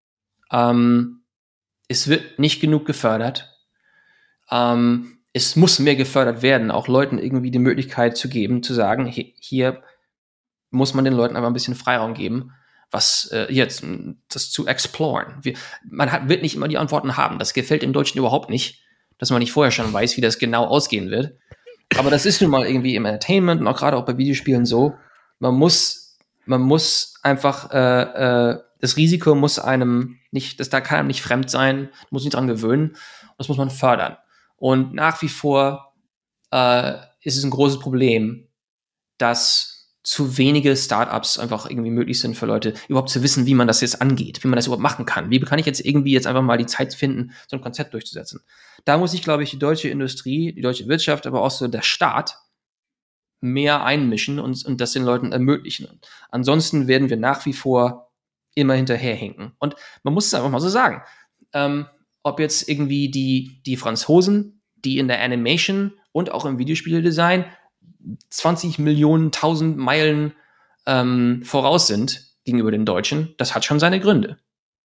Speaker 4: Ähm, es wird nicht genug gefördert. Ähm, es muss mehr gefördert werden, auch Leuten irgendwie die Möglichkeit zu geben, zu sagen, hey, hier muss man den Leuten einfach ein bisschen Freiraum geben, was äh, jetzt das zu exploren. Wir, man hat, wird nicht immer die Antworten haben. Das gefällt dem Deutschen überhaupt nicht, dass man nicht vorher schon weiß, wie das genau ausgehen wird. Aber das ist nun mal irgendwie im Entertainment und auch gerade auch bei Videospielen so. Man muss, man muss einfach äh, äh, das Risiko muss einem nicht, das da kann einem nicht fremd sein, muss nicht dran gewöhnen. Das muss man fördern. Und nach wie vor äh, ist es ein großes Problem, dass zu wenige Startups einfach irgendwie möglich sind für Leute, überhaupt zu wissen, wie man das jetzt angeht, wie man das überhaupt machen kann. Wie kann ich jetzt irgendwie jetzt einfach mal die Zeit finden, so ein Konzept durchzusetzen? Da muss sich, glaube ich, die deutsche Industrie, die deutsche Wirtschaft, aber auch so der Staat mehr einmischen und, und das den Leuten ermöglichen. Ansonsten werden wir nach wie vor immer hinterherhinken. Und man muss es einfach mal so sagen. Ähm, ob jetzt irgendwie die, die Franzosen, die in der Animation und auch im Videospieldesign zwanzig Millionen, tausend Meilen ähm, voraus sind gegenüber den Deutschen, das hat schon seine Gründe.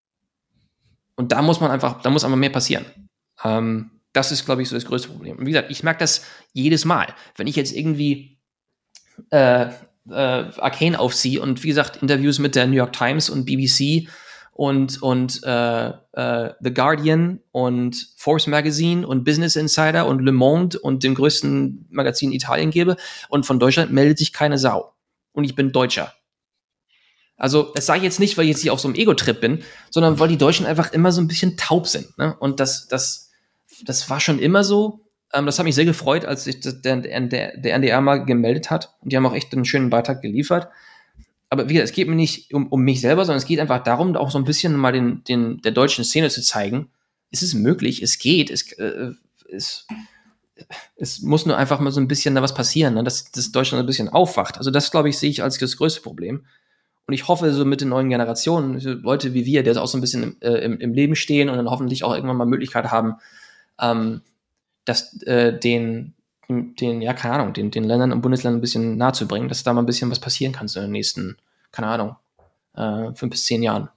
Speaker 4: Und da muss man einfach, da muss einfach mehr passieren. Ähm, das ist, glaube ich, so das größte Problem. Und wie gesagt, ich merke das jedes Mal. Wenn ich jetzt irgendwie äh, äh, Arcane aufziehe und wie gesagt, Interviews mit der New York Times und B B C und, und äh, äh, The Guardian und Forbes Magazine und Business Insider und Le Monde und dem größten Magazin Italien gebe und von Deutschland meldet sich keine Sau. Und ich bin Deutscher. Also das sage ich jetzt nicht, weil ich jetzt hier auf so einem Ego-Trip bin, sondern weil die Deutschen einfach immer so ein bisschen taub sind. Ne? Und das, das, das war schon immer so. Ähm, das hat mich sehr gefreut, als sich das, der, der, der N D R mal gemeldet hat. Und die haben auch echt einen schönen Beitrag geliefert. Aber wie gesagt, es geht mir nicht um, um mich selber, sondern es geht einfach darum, auch so ein bisschen mal den, den, der deutschen Szene zu zeigen, es ist möglich, es geht, es, äh, es, es muss nur einfach mal so ein bisschen da was passieren, ne? dass, dass Deutschland ein bisschen aufwacht. Also das, glaube ich, sehe ich als das größte Problem. Und ich hoffe, so mit den neuen Generationen, Leute wie wir, die auch so ein bisschen im, äh, im, im Leben stehen und dann hoffentlich auch irgendwann mal Möglichkeit haben, ähm, das äh, den den, ja, keine Ahnung, den, den Ländern und Bundesländern ein bisschen nahe zu bringen, dass da mal ein bisschen was passieren kann so in den nächsten, keine Ahnung, äh, fünf bis zehn Jahren.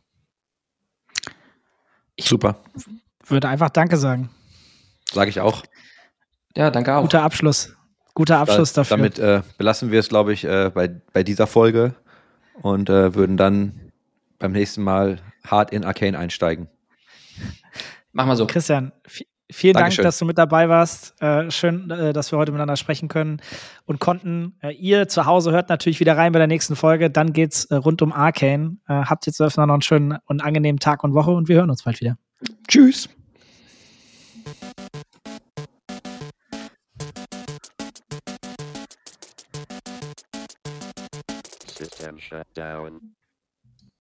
Speaker 3: Ich
Speaker 2: Super.
Speaker 3: würde einfach Danke sagen.
Speaker 2: Sage ich auch.
Speaker 4: Ja, danke auch.
Speaker 3: Guter Abschluss. Guter Abschluss
Speaker 2: da,
Speaker 3: dafür.
Speaker 2: Damit äh, belassen wir es, glaube ich, äh, bei, bei dieser Folge und äh, würden dann beim nächsten Mal hart in Arcane einsteigen.
Speaker 4: Machen wir so.
Speaker 3: Christian, v- vielen
Speaker 2: Dankeschön.
Speaker 3: Dank, dass du mit dabei warst. Äh, schön, äh, dass wir heute miteinander sprechen können und konnten. Äh, ihr zu Hause hört natürlich wieder rein bei der nächsten Folge. Dann geht's äh, rund um Arcane. Äh, habt jetzt noch einen schönen und angenehmen Tag und Woche und wir hören uns bald wieder.
Speaker 2: Tschüss.
Speaker 1: System shut down.